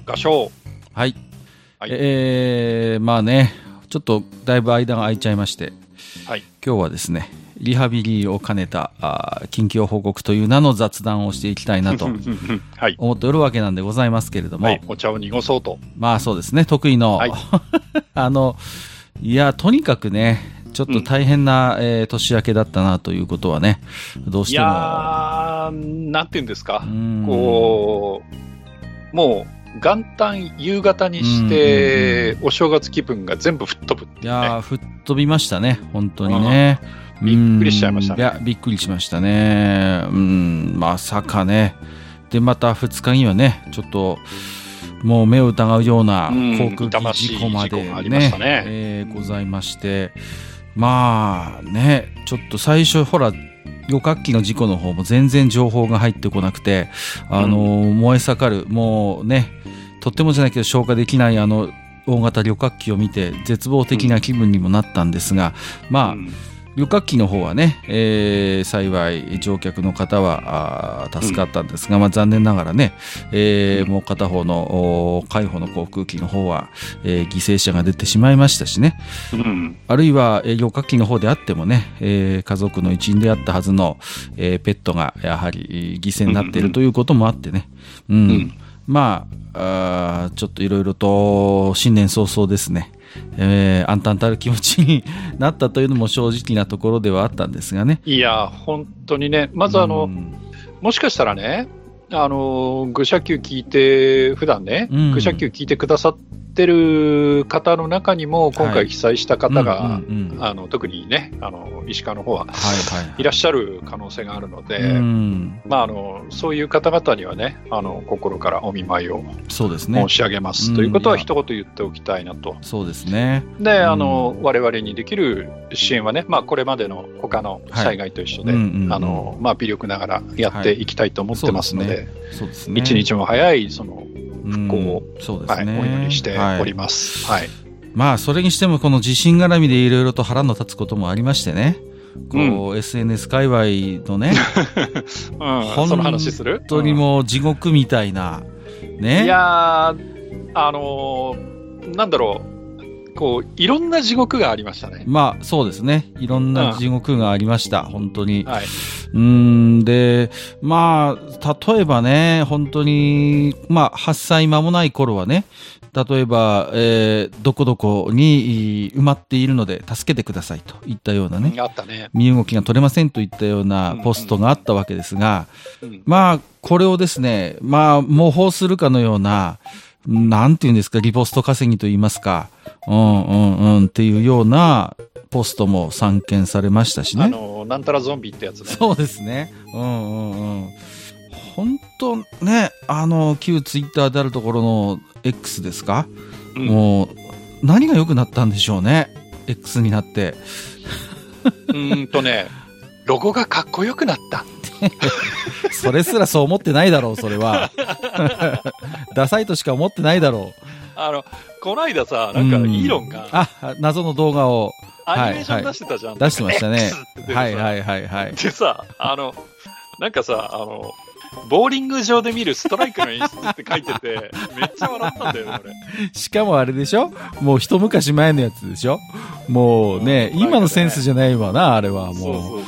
画商。 はい。 はい、 まあね、ちょっとだいぶ間が空いちゃいまして、 はい、 今日はですね、リハビリを兼ねた近況報告という名の雑談をしていきたいなと思っておるわけなんでございますけれども、はい、 お茶を濁そうと。 まあそうですね、得意の、はい、いやとにかくね、ちょっと大変な、年明けだったなということはね、どうしても。いやー、なんていうんですか、こう、もう元旦夕方にして、お正月気分が全部吹っ飛ぶっていうね。 いやー、吹っ飛びましたね、本当にね。 びっくりしちゃいましたね。 いや、びっくりしましたね。まさかね。で、また2日にはね、ちょっと、もう目を疑うような航空機事故までね、ございまして、まあね、ちょっと最初、ほら、旅客機の事故の方も全然情報が入ってこなくて、燃え盛る、もうね、とってもじゃないけど消化できない大型旅客機を見て絶望的な気分にもなったんですが、まあ、旅客機の方はね、幸い乗客の方は助かったんですが、まあ、残念ながらね、もう片方の海保の航空機の方は、犠牲者が出てしまいましたしね、あるいは旅客機の方であってもね、家族の一員であったはずの、ペットがやはり犠牲になっているということもあってね、まあ、ちょっといろいろと新年早々ですね、暗淡たる気持ちになったというのも正直なところではあったんですがね。 いや本当にね、まずもしかしたらね、愚者級聞いて普段ね、愚者級聞いてくださってる方の中にも今回被災した方が、特にね石川の方はいらっしゃる可能性があるので、まあそういう方々にはね心からお見舞いを申し上げますということは一言言っておきたいなと。 そうですね。 で我々にできる支援はね、まあこれまでの他の災害と一緒でまあ微力ながらやっていきたいと思ってますので、一日も早いその復興をお祈りしております。はい。 まあそれにしてもこの地震絡みでいろいろと腹の立つこともありましてね。こう、SNS 界隈のね、 その話する？ 本当にもう地獄みたいなね。 いやなんだろう。こういろんな地獄がありましたね。 まあそうですね。いろんな地獄がありました。本当に。 はい。 で、まあ例えばね、本当にまあ8歳間もない頃はね、例えば、どこどこに埋まっているので助けてくださいといったようなね、 あったね。 身動きが取れませんといったようなポストがあったわけですが、まあこれをですね、まあ模倣するかのような、なんていうんですか、リポスト稼ぎと言いますか、っていうようなポストも散見されましたしね。 なんたらゾンビってやつね。 そうですね。本当ね、旧ツイッターであるところの X ですか、もう何が良くなったんでしょうね、X になって。 ロゴがかっこよくなった。 それすらそう思ってないだろう、それは。ダサいとしか思ってないだろう。 この間さ、なんかイーロンが、 謎の動画をアニメーション出してたじゃん。 出してましたね。 はい。でさ、なんかさ、ボーリング場で見るストライクの演出って書いてて、めっちゃ笑ったんだよね、俺。 しかもあれでしょ、もう一昔前のやつでしょ、もうね、今のセンスじゃないわな、あれはもう。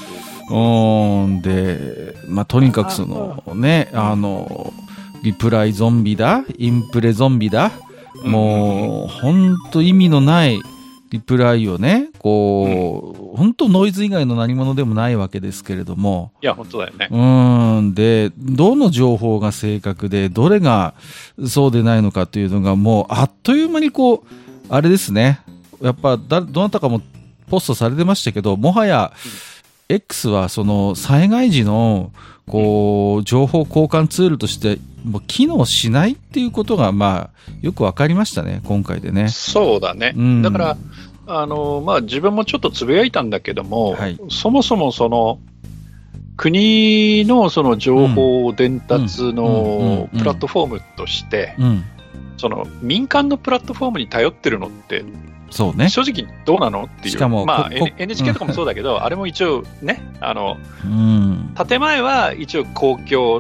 で、まあ、とにかくそのね、リプライゾンビだ、インプレゾンビだ、もう、ほんと意味のないリプライをね、こう、本当ノイズ以外の何物でもないわけですけれども。 いや、本当だよね。 で、どの情報が正確で、どれがそうでないのかというのが、もう、あっという間にこう、あれですね。やっぱ、どなたかもポストされてましたけど、もはや、X はその災害時のこう情報交換ツールとしてもう機能しないっていうことがまあよく分かりましたね、今回でね。 そうだね。だからまあ自分もちょっとつぶやいたんだけども、そもそもその国のその情報伝達のプラットフォームとしてその民間のプラットフォームに頼ってるのってそうね、 正直どうなのっていう。 しかも、 まあ、NHK とかもそうだけど、あれも一応ね、建前は一応公共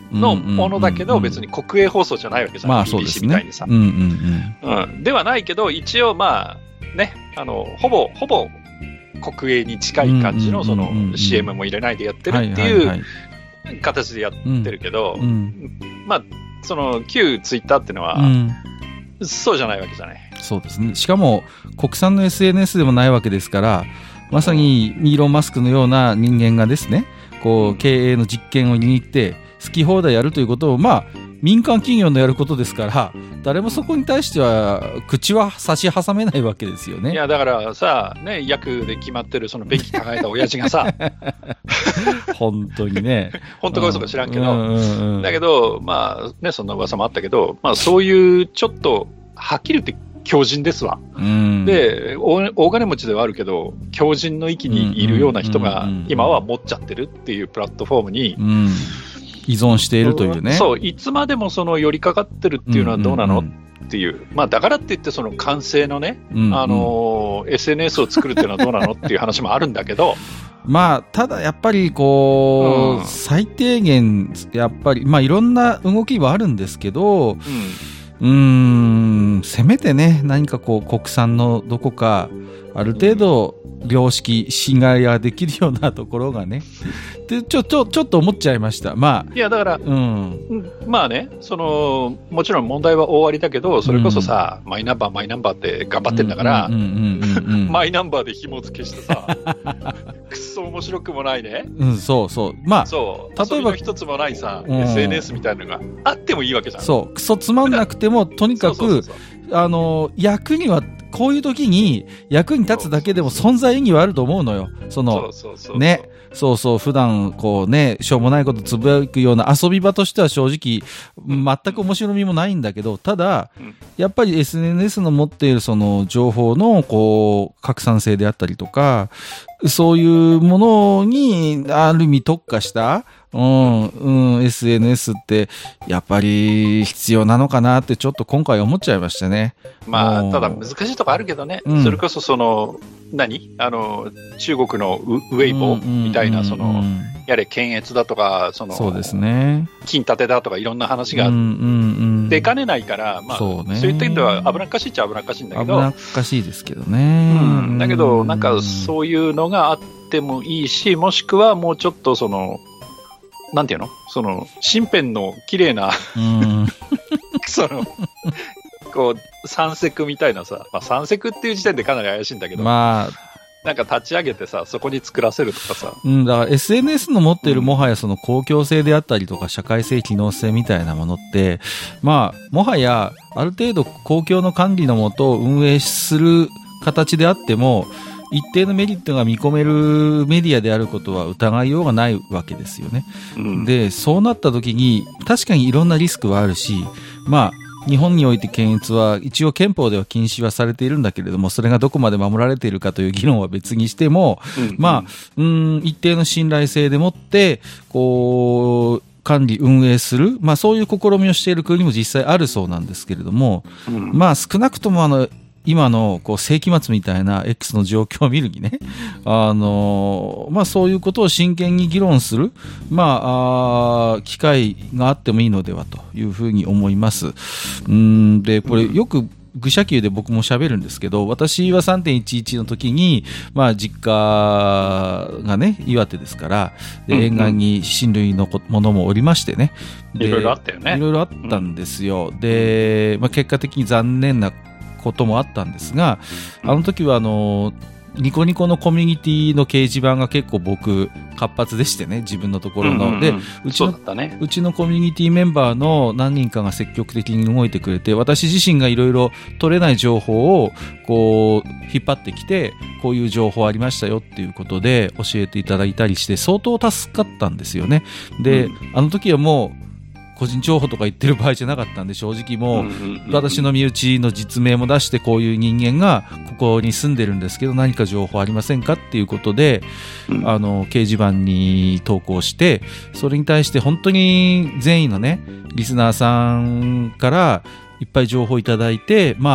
のものだけど、別に国営放送じゃないわけじゃない、BBC みたいにさ。ではないけど、一応まあ、ね、ほぼ国営に近い感じの、CM も入れないでやってるっていう形でやってるけど、まあ、旧ツイッターっていうのは、そうじゃないわけじゃない。 そうですね。しかも、国産の SNS でもないわけですから、まさにイーロン・マスクのような人間がですね、こう、経営の実権を握って、好き放題やるということを、まあ、民間企業のやることですから、誰もそこに対しては口は差し挟めないわけですよね。 いや、だからさ、ね、役で決まってるその便器抱えた親父がさ、 本当にね。 本当か嘘か知らんけど、だけど、まあね、そんな噂もあったけど、まあそういうちょっと、はっきり言って強靭ですわ。で、大金持ちではあるけど、強靭の域にいるような人が今は持っちゃってるっていうプラットフォームに、 依存しているというね。 そう、いつまでも寄りかかってるっていうのはどうなのっていう。まあ、だからって言って完成のね、SNS を作るっていうのはどうなのっていう話もあるんだけど。 まあ、ただやっぱり最低限、やっぱり、まあいろんな動きはあるんですけど、せめてね、何か国産のどこか、ある程度、良識、信頼ができるようなところがね。で、ちょっと思っちゃいました。まあ。 いや、だから、まあね、もちろん問題は大ありだけど、それこそさ、マイナンバーって頑張ってんだから、マイナンバーで紐付けしてさ、くっそ面白くもないね。 そう。まあ、 例えば一つもないさ、SNS みたいなのがあってもいいわけじゃん。 そう、くそつまんなくても、とにかく、役には、こういう時に役に立つだけでも存在意義はあると思うのよ。ね。普段しょうもないことつぶやくような遊び場としては正直、全く面白みもないんだけど、ただ、やっぱり SNS の持っている情報の拡散性であったりとか、そういうものにある意味特化した、SNS ってやっぱり必要なのかなってちょっと今回思っちゃいましたね。 まあ、ただ難しいとこあるけどね、それこそ中国のウェイボーみたいな、やれ検閲だとか、 そうですね。 金立てだとかいろんな話が出かねないから、まあ、そういった意味では危なっかしいっちゃ危なっかしいんだけど。 危なっかしいですけどね。 だけど、なんかそういうのがあってもいいし、もしくはもうちょっとなんていうの身辺の綺麗な三セクみたいなさ、まあ、三セクっていう時点でかなり怪しいんだけど、まあ、なんか立ち上げてさ、そこに作らせるとかさ。 だから SNS の持っているもはや公共性であったりとか社会性、機能性みたいなものって、まあ、もはやある程度公共の管理のもと運営する形であっても、一定のメリットが見込めるメディアであることは疑いようがないわけですよね。で、そうなった時に、確かにいろんなリスクはあるし、まあ、日本において検閲は一応憲法では禁止はされているんだけれども、それがどこまで守られているかという議論は別にしても、まあ、一定の信頼性でもって、管理運営する、まあそういう試みをしている国も実際あるそうなんですけれども、まあ少なくとも今の世紀末みたいな X の状況を見るにね、まあそういうことを真剣に議論する、まあ、機会があってもいいのではというふうに思います。で、これよく愚者級で僕も喋るんですけど、私は 3.11 の時に、まあ実家がね、岩手ですから、で沿岸に親類のものもおりましてね。 いろいろあったよね。 いろいろあったんですよ。で、まあ結果的に残念なこともあったんですが、あの時はニコニコのコミュニティの掲示板が結構僕活発でしてね、自分のところの、でうちのコミュニティメンバーの何人かが積極的に動いてくれて、私自身がいろいろ取れない情報を引っ張ってきて、こういう情報ありましたよっていうことで教えていただいたりして相当助かったんですよね。で、あの時はもう個人情報とか言ってる場合じゃなかったんで、正直もう私の身内の実名も出して、こういう人間がここに住んでるんですけど何か情報ありませんかっていうことで掲示板に投稿して、それに対して本当に善意のねリスナーさんからいっぱい情報いただいて、まあ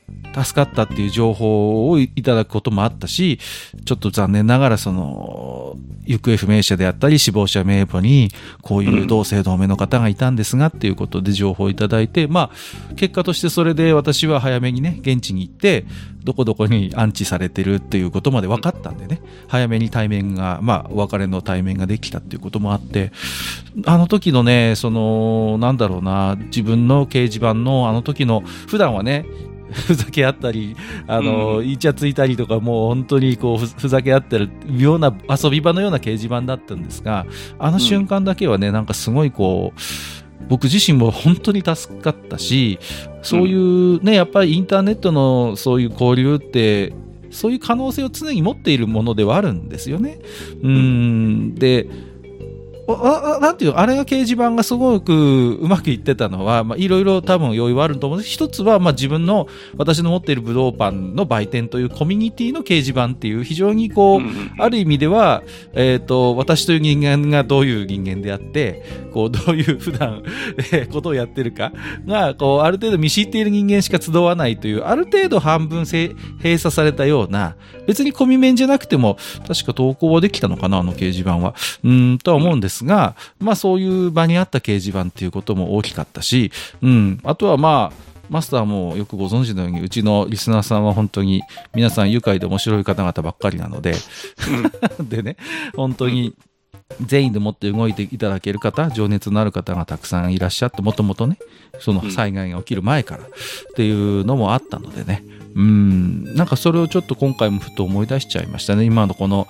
助かったっていう情報をいただくこともあったし、ちょっと残念ながら行方不明者であったり死亡者名簿にこういう同姓同名の方がいたんですがっていうことで情報をいただいて、結果としてそれで私は早めにね現地に行ってどこどこに安置されてるっていうことまで分かったんでね、早めに対面がお別れの対面ができたっていうこともあって、あの時のねなんだろうな、自分の掲示板のあの時の普段はねふざけ合ったりイチャついたりとか、もう本当にこうふざけ合ってるような遊び場のような掲示板だったんですが、あの瞬間だけはね、なんかすごいこう僕自身も本当に助かったし、そういうねやっぱりインターネットのそういう交流ってそういう可能性を常に持っているものではあるんですよね。でなんていうあれが掲示板がすごくうまくいってたのは、いろいろ多分要因はあると思うんです。一つは自分の私の持っているブドウパンの売店というコミュニティの掲示板っていう非常にこう、ある意味では私という人間がどういう人間であってこうどういう普段ことをやってるかがこうある程度見知っている人間しか集わないという、ある程度半分閉鎖されたような、別にコミ面じゃなくても確か投稿はできたのかな、あの掲示板はとは思うんですが、そういう場にあった掲示板っていうことも大きかったし、あとはマスターもよくご存知のようにうちのリスナーさんは本当に皆さん愉快で面白い方々ばっかりなのででね、本当に全員でもって動いていただける方、情熱のある方がたくさんいらっしゃって、もともとねその災害が起きる前からっていうのもあったのでね、なんかそれをちょっと今回もふと思い出しちゃいましたね。今のこの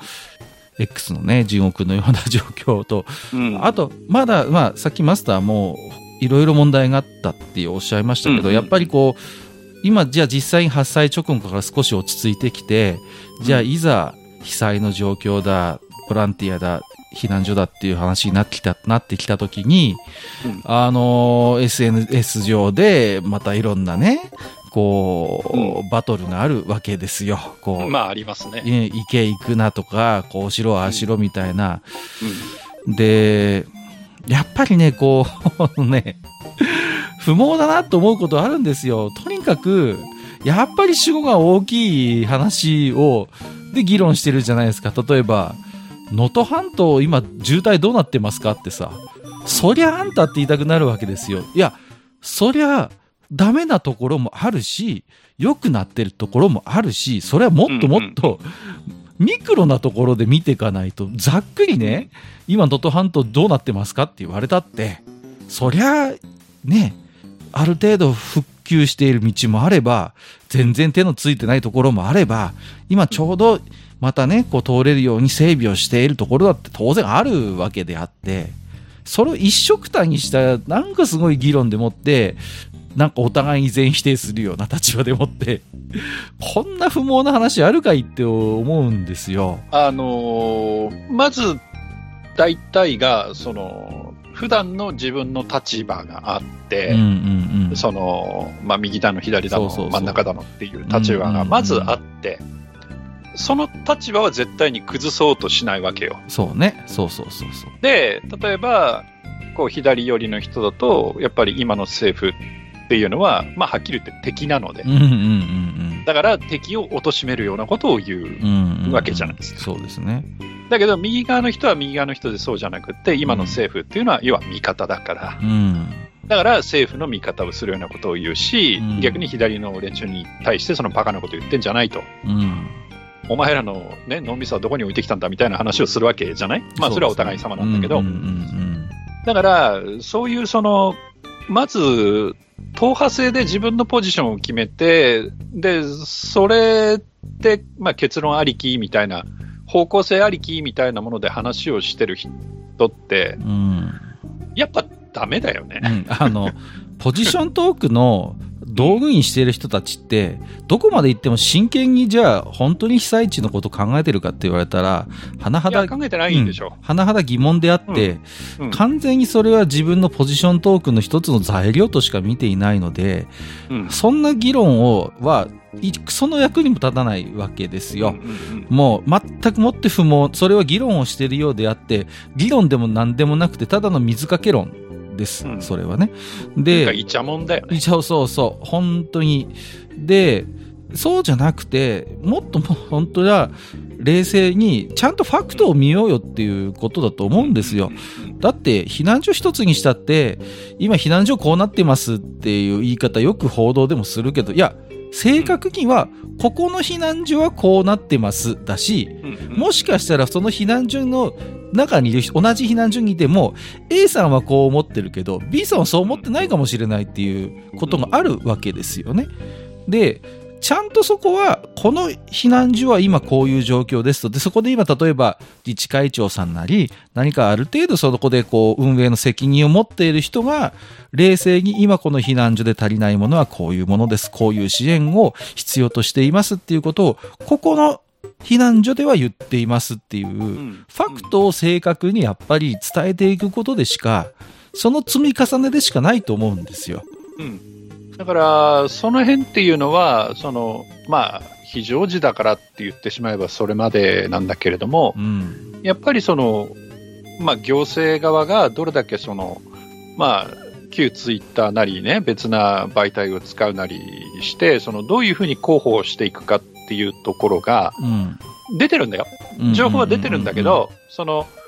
X のね地獄のような状況と、あとまださっきマスターもいろいろ問題があったっておっしゃいましたけど、やっぱりこう今じゃあ実際に発災直後から少し落ち着いてきて、じゃあいざ被災の状況だ、ボランティアだ、避難所だっていう話になってきた時に、SNS 上でまたいろんなねこうバトルがあるわけですよ。こうありますね。 行け行くなとか、こうしろああしろみたいな、でやっぱりねこうね不毛だなと思うことあるんですよ。とにかくやっぱり主語が大きい話をで議論してるじゃないですか。例えば能登半島今渋滞どうなってますかってさ、そりゃあんたって言いたくなるわけですよ。いやそりゃダメなところもあるし良くなってるところもあるし、それはもっともっとミクロなところで見ていかないと、ざっくりね今能登半島どうなってますかって言われたって、そりゃねある程度復旧している道もあれば全然手のついてないところもあれば、今ちょうどまたねこう通れるように整備をしているところだって当然あるわけであって、それを一緒くたにしたなんかすごい議論でもってなんかお互いに全否定するような立場でもってこんな不毛な話あるかいって思うんですよ。 まず大体がその普段の自分の立場があって、その右だの左だの真ん中だのっていう立場がまずあって、その立場は絶対に崩そうとしないわけよ。 そうね。そうで、例えばこう左寄りの人だとやっぱり今の政府っていうのははっきり言って敵なので、だから敵を貶めるようなことを言うわけじゃないですか。 そうですね。 だけど右側の人は右側の人でそうじゃなくって今の政府っていうのは要は味方だから、だから政府の味方をするようなことを言うし、逆に左の連中に対してそのバカなこと言ってんじゃないと、お前らの、ね、脳みそはどこに置いてきたんだみたいな話をするわけじゃない。それはお互い様なんだけど、だからそういうそのまず党派制で自分のポジションを決めて、でそれで、結論ありきみたいな方向性ありきみたいなもので話をしてる人って、やっぱダメだよね。 ポジショントークの道具にしている人たちってどこまで行っても真剣にじゃあ本当に被災地のことを考えてるかって言われたら甚だ考えてないんでしょ。 甚だ疑問であって、完全にそれは自分のポジショントークの一つの材料としか見ていないので、そんな議論はその役にも立たないわけですよ。もう全くもって不毛、それは議論をしているようであって議論でも何でもなくてただの水かけ論です、それはね。で、 イチャモンだよね。 そう本当に。で、そうじゃなくて、もっと本当は冷静にちゃんとファクトを見ようよっていうことだと思うんですよ。だって避難所一つにしたって今避難所こうなってますっていう言い方よく報道でもするけど、いや正確にはここの避難所はこうなってますだし、もしかしたらその避難所の中にいる人、同じ避難所にいても A さんはこう思ってるけど B さんはそう思ってないかもしれないっていうことがあるわけですよね。で、ちゃんとそこはこの避難所は今こういう状況ですと。で、そこで今例えば自治会長さんなり何かある程度そこでこう運営の責任を持っている人が冷静に今この避難所で足りないものはこういうものです、こういう支援を必要としていますっていうことをここの避難所では言っていますっていうファクトを正確にやっぱり伝えていくことでしか、その積み重ねでしかないと思うんですよ。 だからその辺っていうのは非常時だからって言ってしまえばそれまでなんだけれども、やっぱり行政側がどれだけ旧ツイッターなりね、別な媒体を使うなりしてどういうふうに広報していくかっていうところが出てるんだよ。情報は出てるんだけど、そ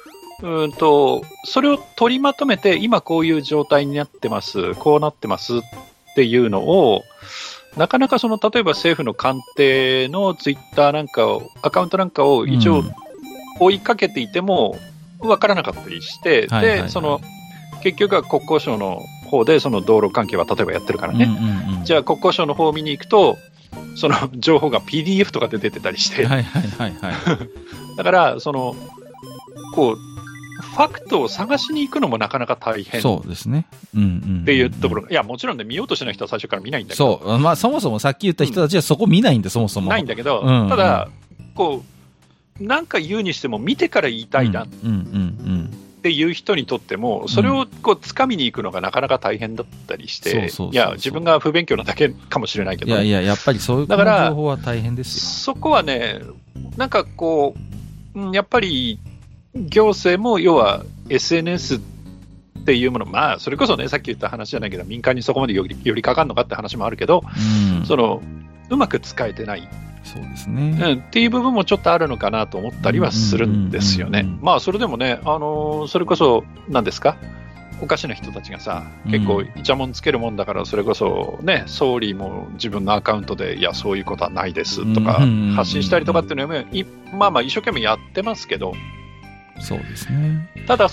れを取りまとめて今こういう状態になってます、こうなってますっていうのをなかなか例えば政府の官邸のツイッターなんかをアカウントなんかを一応追いかけていても分からなかったりして、で結局は国交省の方で道路関係は例えばやってるからね、じゃあ国交省の方を見に行くとその情報が PDF とかで出てたりしてだからこうファクトを探しに行くのもなかなか大変。 そうですね。 っていうところ。いや、もちろんね、見ようとしない人は最初から見ないんだけど。 そう。そもそもさっき言った人たちはそこ見ないんで、そもそも。 ないんだけど、ただ、なんか言うにしても見てから言いたいなっていう人にとっても、それを掴みに行くのがなかなか大変だったりして、いや、自分が不勉強なだけかもしれないけど。 やっぱりそういう情報は大変ですよ。そこはね、なんかやっぱり、行政も要は SNS っていうもの、それこそね、さっき言った話じゃないけど、民間にそこまでよりかかるのかって話もあるけど、うまく使えてない。 そうですね。 っていう部分もちょっとあるのかなと思ったりはするんですよね。それでもね、それこそ、何ですか、おかしな人たちがさ、結構イチャモンつけるもんだから、それこそね、総理も自分のアカウントで、いや、そういうことはないですとか、発信したりとかっていうのは、一生懸命やってますけど、 そうですね。 ただ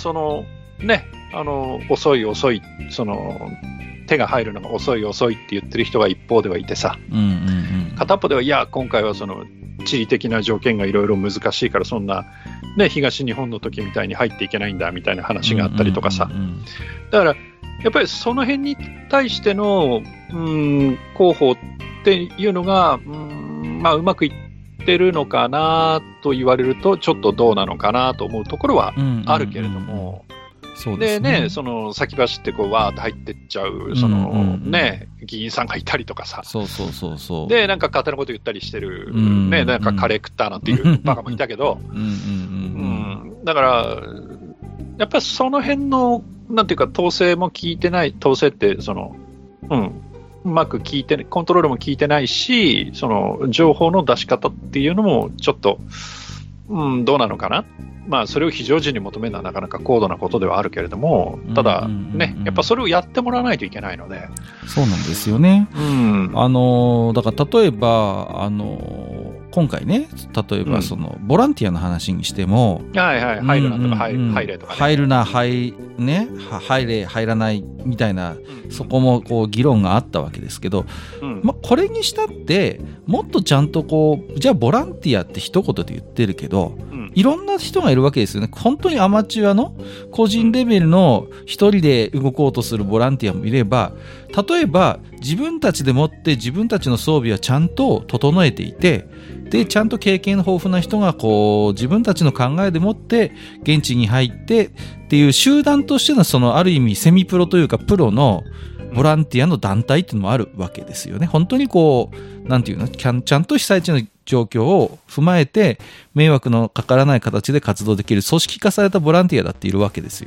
遅い手が入るのが遅いって言ってる人が一方ではいてさ、片っぽではいや今回は地理的な条件がいろいろ難しいからそんな、ね、東日本の時みたいに入っていけないんだみたいな話があったりとかさ、だからやっぱりその辺に対しての広報っていうのがうまくいってるのかなと言われるとちょっとどうなのかなと思うところはあるけれども、でね、先走ってわーって入ってっちゃう議員さんがいたりとかさ、でなんか勝手なこと言ったりしてるなんかカレー食ったなんていうバカもいたけど、だからやっぱりその辺のなんていうか統制も効いてない、統制ってうまく効いてコントロールも効いてないし、情報の出し方っていうのもちょっと、どうなのかな。それを非常時に求めるのはなかなか高度なことではあるけれども、ただね、やっぱそれをやってもらわないといけないので。 そうなんですよね。だから例えば今回ね、例えばボランティアの話にしても、 入るなとか入れとかね、 入るな入れ入らないみたいな、そこも議論があったわけですけど、これにしたってもっとちゃんとじゃあボランティアって一言で言ってるけど、いろんな人がいるわけですよね。本当にアマチュアの個人レベルの一人で動こうとするボランティアもいれば、例えば自分たちでもって自分たちの装備はちゃんと整えていて、でちゃんと経験豊富な人が自分たちの考えでもって現地に入ってっていう集団としてのある意味セミプロというかプロのボランティアの団体っていうのもあるわけですよね。本当になんていうの、ちゃんと被災地の状況を踏まえて迷惑のかからない形で活動できる組織化されたボランティアだっているわけですよ。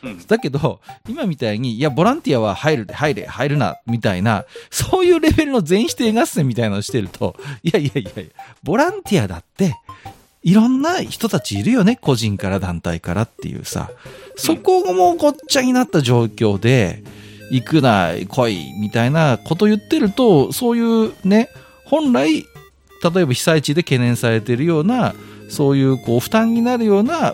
だけど、今みたいに、いや、ボランティアは入るな、みたいな、そういうレベルの全否定合戦みたいなのをしてると、いや、ボランティアだって、いろんな人たちいるよね、個人から団体からっていうさ、そこもごっちゃになった状況で、行くな、来い、みたいなこと言ってると、そういうね、本来、例えば被災地で懸念されているような、そういうこう負担になるような、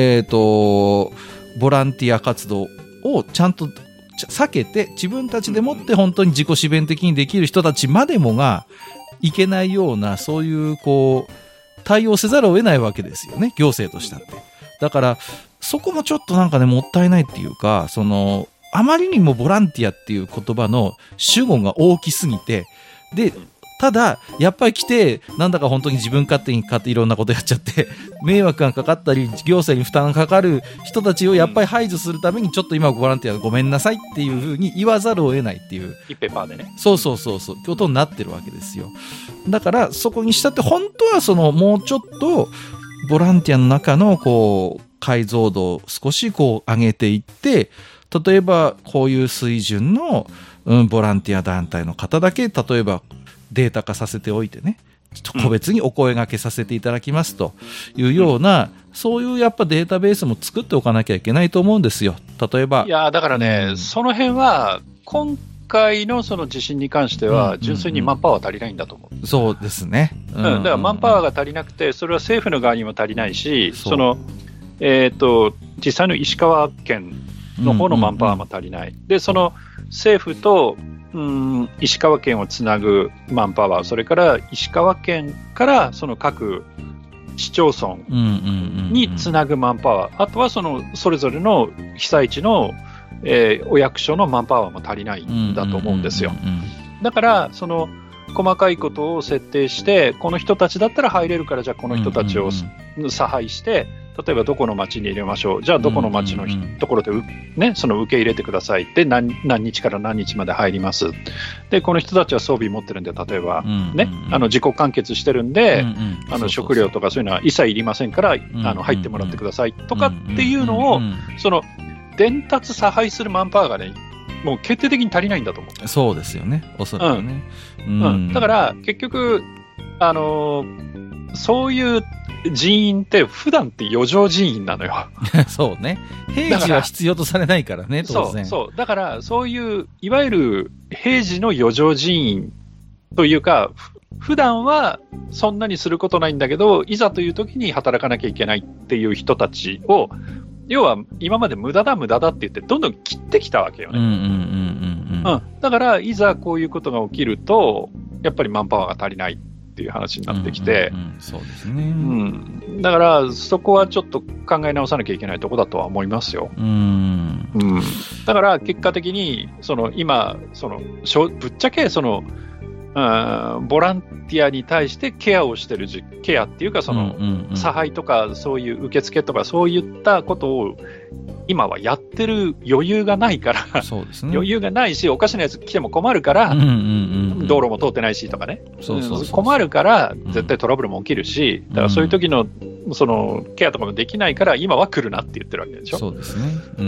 ボランティア活動をちゃんと避けて、自分たちでもって本当に自己自弁的にできる人たちまでもがいけないような、そういうこう、対応せざるを得ないわけですよね、行政としたって。だから、そこもちょっとなんかね、もったいないっていうか、あまりにもボランティアっていう言葉の主語が大きすぎて、で、ただ、やっぱり来て、なんだか本当に自分勝手にいろんなことやっちゃって、迷惑がかかったり、行政に負担がかかる人たちをやっぱり排除するために、ちょっと今ボランティアごめんなさいっていうふうに言わざるを得ないっていう。 一ペーパーでね。 そう、ことになってるわけですよ。だから、そこにしたって、本当はもうちょっと、ボランティアの中の、こう、解像度を少しこう上げていって、例えば、こういう水準の、ボランティア団体の方だけ、例えば、データ化させておいてね、個別にお声掛けさせていただきますというような、そういうやっぱデータベースも作っておかなきゃいけないと思うんですよ。例えば。 いや、だからね、その辺は、今回のその地震に関しては、純粋にマンパワー足りないんだと思う。 そうですね。 だからマンパワーが足りなくて、それは政府の側にも足りないし、実際の石川県の方のマンパワーも足りない。で、政府と石川県をつなぐマンパワー、それから石川県からその各市町村につなぐマンパワー、あとはそれぞれの被災地の、お役所のマンパワーも足りないんだと思うんですよ。だから細かいことを設定して、この人たちだったら入れるから、じゃあこの人たちを差配して、例えばどこの町に入れましょう、じゃあどこの町のところで、ね、受け入れてくださいで、何日から何日まで入ります、でこの人たちは装備持ってるんで、例えば、ね、自己完結してるんで、食料とかそういうのは一切いりませんから、入ってもらってくださいとかっていうのを、伝達差配するマンパワーがね、もう決定的に足りないんだと思う。 そうですよね、おそらくね。 だから結局そういう人員って普段って余剰人員なのよ。 そうね。平時は必要とされないからね、当然。 そう。だからそういういわゆる平時の余剰人員というか、普段はそんなにすることないんだけど、いざという時に働かなきゃいけないっていう人たちを、要は今まで無駄だって言ってどんどん切ってきたわけよね。だからいざこういうことが起きると、やっぱりマンパワーが足りないっていう話になってきて、 そうですね。 だからそこはちょっと考え直さなきゃいけないところだとは思いますよ。だから結果的に今ぶっちゃけボランティアに対してケアをしてるケアっていうか差配とかそういう受付とかそういったことを今はやってる余裕がないから、そうですね、余裕がないし、おかしなやつ来ても困るから、道路も通ってないしとかね、困るから絶対トラブルも起きるし、だからそういう時のケアとかもできないから今は来るなって言ってるわけでしょ。 そうですね。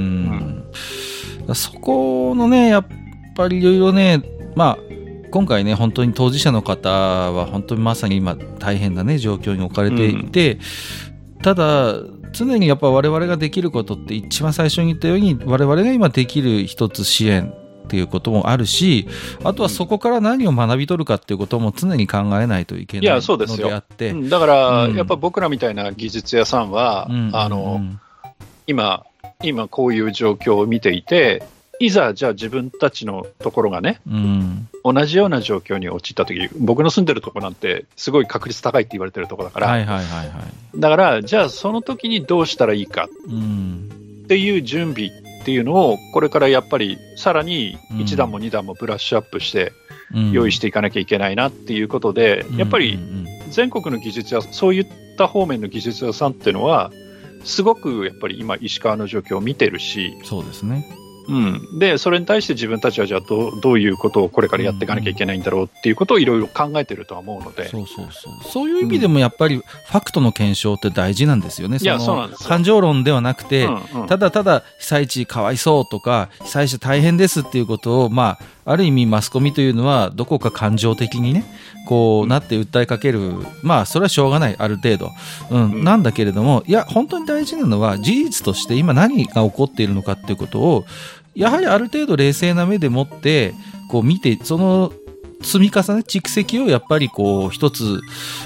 そこのね、やっぱりいろいろね、今回ね、本当に当事者の方は本当にまさに今大変なね状況に置かれていて、ただ常にやっぱ我々ができることって一番最初に言ったように、我々が今できる一つ支援っていうこともあるし、あとはそこから何を学び取るかっていうことも常に考えないといけないのであって、 だからやっぱ僕らみたいな技術屋さんは、今こういう状況を見ていて、いざじゃあ自分たちのところがね、同じような状況に陥ったとき、僕の住んでるところなんてすごい確率高いって言われてるところだから、だからじゃあその時にどうしたらいいかっていう準備っていうのをこれからやっぱりさらに1段も2段もブラッシュアップして用意していかなきゃいけないなっていうことで、やっぱり全国の技術屋、そういった方面の技術屋さんっていうのはすごくやっぱり今石川の状況を見てるし、 そうですね。 でそれに対して自分たちはじゃあどういうことをこれからやっていかなきゃいけないんだろうっていうことをいろいろ考えてるとは思うので、 そういう意味でもやっぱりファクトの検証って大事なんですよね。 そうなんですよ。 感情論ではなくて、ただただ被災地かわいそうとか被災者大変ですっていうことを、ある意味マスコミというのはどこか感情的にねこうなって訴えかける、それはしょうがない、ある程度、なんだけれども、いや本当に大事なのは事実として今何が起こっているのかっていうことをやはりある程度冷静な目でもってこう見て、その積み重ね蓄積をやっぱりこう一つ、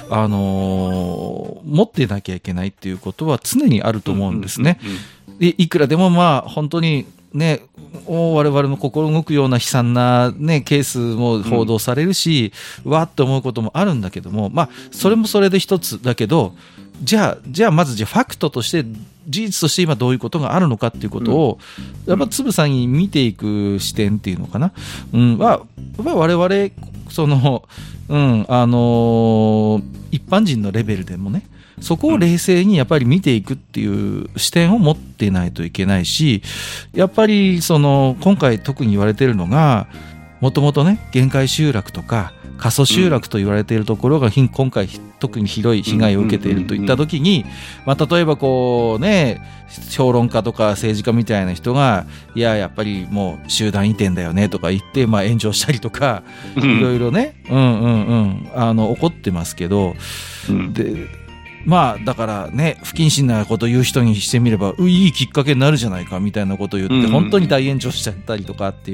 持ってなきゃいけないっていうことは常にあると思うんですね。でいくらでも本当にね、我々の心動くような悲惨な、ケースも報道されるし、わーっと思うこともあるんだけども、それもそれで一つだけど、じゃあまずファクトとして事実として今どういうことがあるのかっていうことを、やっぱつぶさに見ていく視点っていうのかな、我々その、一般人のレベルでもね、そこを冷静にやっぱり見ていくっていう視点を持っていないといけないし、やっぱりその今回特に言われているのが、もともとね限界集落とか過疎集落と言われているところが今回特にひどい被害を受けているといったときに、例えばこうね、評論家とか政治家みたいな人がやっぱりもう集団移転だよねとか言って炎上したりとかいろいろね起こってますけど、でだからね、不謹慎なことを言う人にしてみればいいきっかけになるじゃないかみたいなことを言って本当に大炎上しちゃったりとかっていう、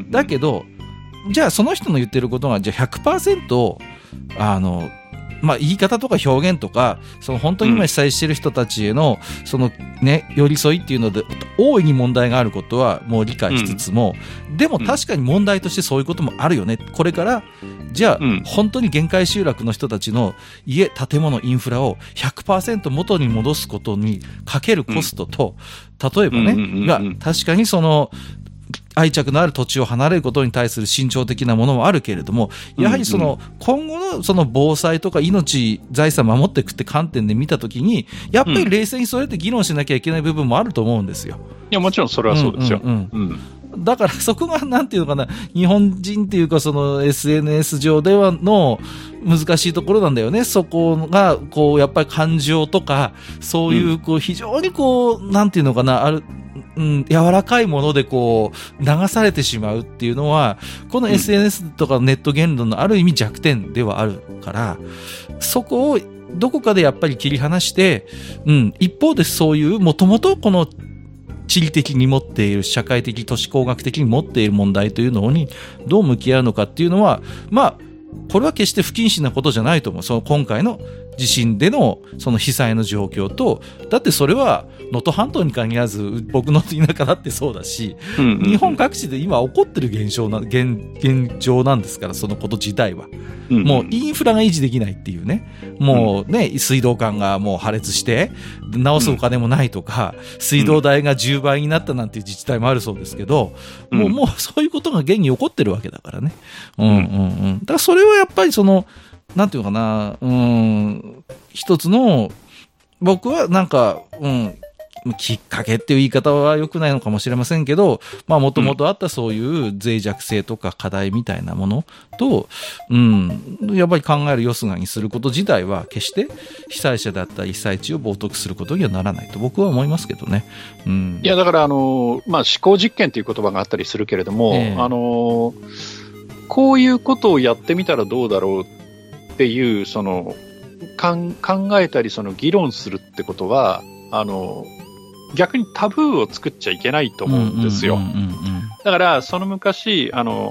だけどじゃあその人の言ってることがじゃあ 100% 言い方とか表現とかその本当に今被災している人たちへのそのね寄り添いっていうので大いに問題があることはもう理解しつつも、でも確かに問題としてそういうこともあるよね。これからじゃあ本当に限界集落の人たちの家建物インフラを 100% 元に戻すことにかけるコストと、例えばねが確かにその愛着のある土地を離れることに対する慎重的なものもあるけれども、やはりその今後のその防災とか命財産を守っていくって観点で見たときにやっぱり冷静にそうやって議論しなきゃいけない部分もあると思うんですよ。 いやもちろんそれはそうですよ。 だからそこがなんていうのかな、日本人っていうかその SNS 上ではの難しいところなんだよね。そこがこうやっぱり感情とかそういうこう非常にこうなんていうのかな、柔らかいものでこう流されてしまうっていうのはこの SNS とかネット言論のある意味弱点ではあるから、そこをどこかでやっぱり切り離して、一方でそういうもともとこの地理的に持っている社会的都市工学的に持っている問題というのにどう向き合うのかっていうのはこれは決して不謹慎なことじゃないと思う。その今回の地震でのその被災の状況と、だってそれは能登半島に限らず僕の田舎だってそうだし、日本各地で今起こってる現状なんですから、そのこと自体は、もうインフラが維持できないっていうね、もうね、水道管がもう破裂して直すお金もないとか、水道代が10倍になったなんていう自治体もあるそうですけど、もうそういうことが現に起こってるわけだからね。だからそれはやっぱりそのなんていうのかな、一つの僕はなんか、きっかけっていう言い方は良くないのかもしれませんけど、もともとあったそういう脆弱性とか課題みたいなものと、やっぱり考えるよすがにすること自体は決して被災者だったり被災地を冒涜することにはならないと僕は思いますけどね。 いやだから思考実験という言葉があったりするけれども、こういうことをやってみたらどうだろうっていうその考えたりその議論するってことは逆にタブーを作っちゃいけないと思うんですよ。だからその昔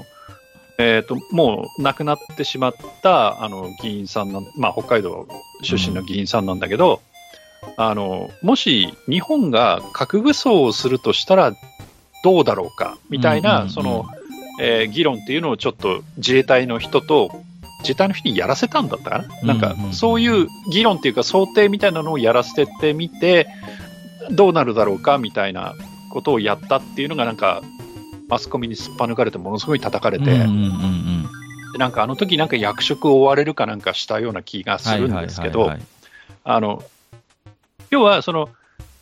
もう亡くなってしまった議員さん北海道出身の議員さんなんだけど、もし日本が核武装をするとしたらどうだろうかみたいなその議論っていうのをちょっと自衛隊の人にやらせたんだったかな、なんかそういう議論っていうか想定みたいなのをやらせてみてどうなるだろうかみたいなことをやったっていうのがなんかマスコミにすっぱ抜かれてものすごい叩かれて、なんか時なんか役職を追われるかなんかしたような気がするんですけど、要はその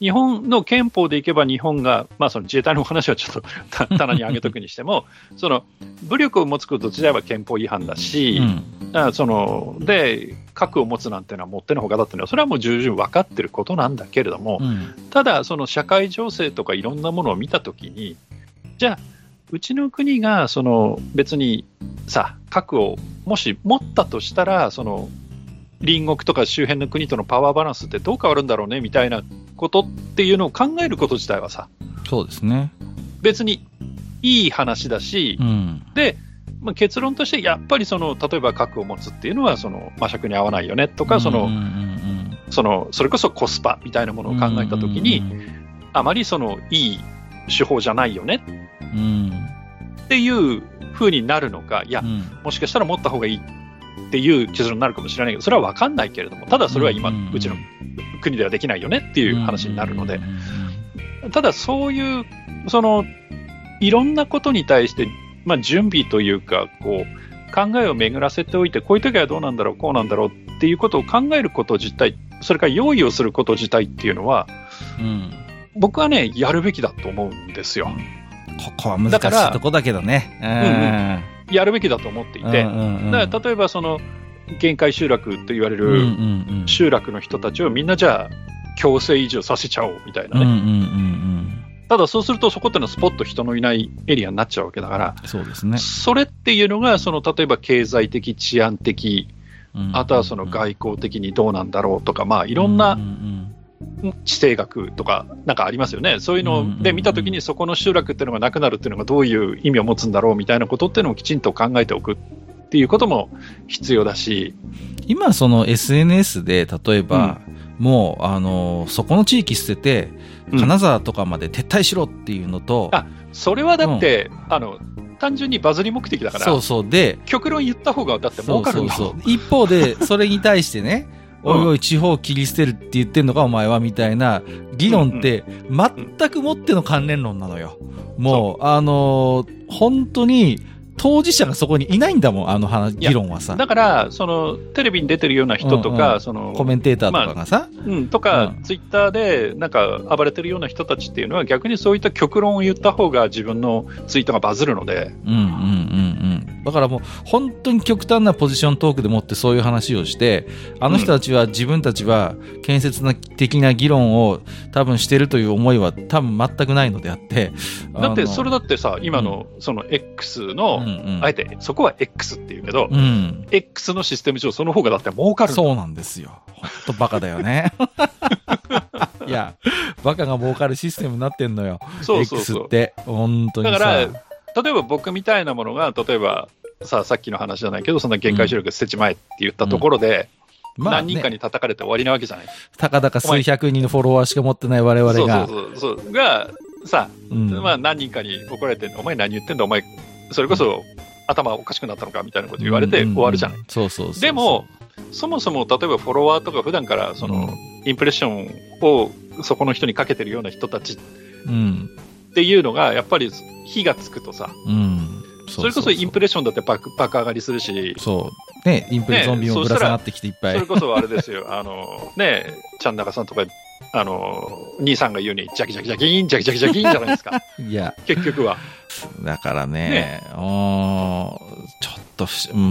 日本の憲法でいけば日本が、その自衛隊の話はちょっと棚に上げとくにしてもその武力を持つこと自体は憲法違反だし、で核を持つなんていうのはもってのほかだっていうのはそれはもう重々分かってることなんだけれども、ただその社会情勢とかいろんなものを見たときに、じゃあうちの国がその別にさ核をもし持ったとしたらその隣国とか周辺の国とのパワーバランスってどう変わるんだろうねみたいなことっていうのを考えること自体はさ、 そうですね、 別にいい話だし、で、結論としてやっぱりその例えば核を持つっていうのはその魔尺に合わないよねとか、それこそコスパみたいなものを考えたときに、あまりそのいい手法じゃないよねっていう風になるのか、いや、もしかしたら持った方がいいっていう結論になるかもしれないけど、それは分かんないけれども、ただそれは今、うちの国ではできないよねっていう話になるので、ただそういうそのいろんなことに対して、準備というかこう考えを巡らせておいて、こういう時はどうなんだろうこうなんだろうっていうことを考えること自体、それから用意をすること自体っていうのは、僕はねやるべきだと思うんですよ。 ここは難しいとこだけどね、 やるべきだと思っていて、だから例えばその限界集落と言われる集落の人たちをみんなじゃあ強制移住させちゃおうみたいなね、ただそうするとそこってのはスポッと人のいないエリアになっちゃうわけだから、 そうですね、 それっていうのがその例えば経済的治安的、あとはその外交的にどうなんだろうとか、いろんな地政学とかなんかありますよね。そういうので見たときにそこの集落っていうのがなくなるっていうのがどういう意味を持つんだろうみたいなことっていうのをきちんと考えておくっていうことも必要だし、 今その SNS で例えば、もうそこの地域捨てて金沢とかまで撤退しろっていうのと、 それはだって、単純にバズり目的だから、 で極論言った方がだって儲かるんだもん。 一方でそれに対してねおいおい地方を切り捨てるって言ってんのかお前はみたいな議論って全くもっての関連論なのよ。もう本当に当事者がそこにいないんだもん、議論はさ。 だからそのテレビに出てるような人とか、そのコメンテーターとかがさ、 とか、ツイッターでなんか暴れてるような人たちっていうのは逆にそういった極論を言った方が自分のツイートがバズるので、 だからもう本当に極端なポジショントークでもってそういう話をして、あの人たちは自分たちは建設的な議論を多分してるという思いは多分全くないのであって、 だってそれだってさ、今のその X の、あえてそこは X っていうけど、X のシステム上その方がだって儲かる。 そうなんですよ。本当バカだよね。いや、バカが儲かるシステムになってんのよ。X って本当にさ。だから例えば僕みたいなものが例えばさっきの話じゃないけど、そんな限界集落捨てちまえって言ったところで、何人かに叩かれて終わりなわけじゃない。 たかだか数百人のフォロワーしか持ってない我々ががさ、何人かに怒られて、お前何言ってんだ、お前それこそ頭おかしくなったのかみたいなこと言われて終わるじゃない。でもそもそも例えばフォロワーとか普段からそのインプレッションをそこの人にかけてるような人たちっていうのがやっぱり火がつくとさ、それこそインプレッションだって爆上がりするし、 そうね、インプレゾンビもぶら下がってきていっぱい、 それこそあれですよ、ちゃんなかさんとか兄さんが言うにジャキジャキジャキーンジャキジャキジャキーンじゃないですか。いや結局はだからね、ちょっと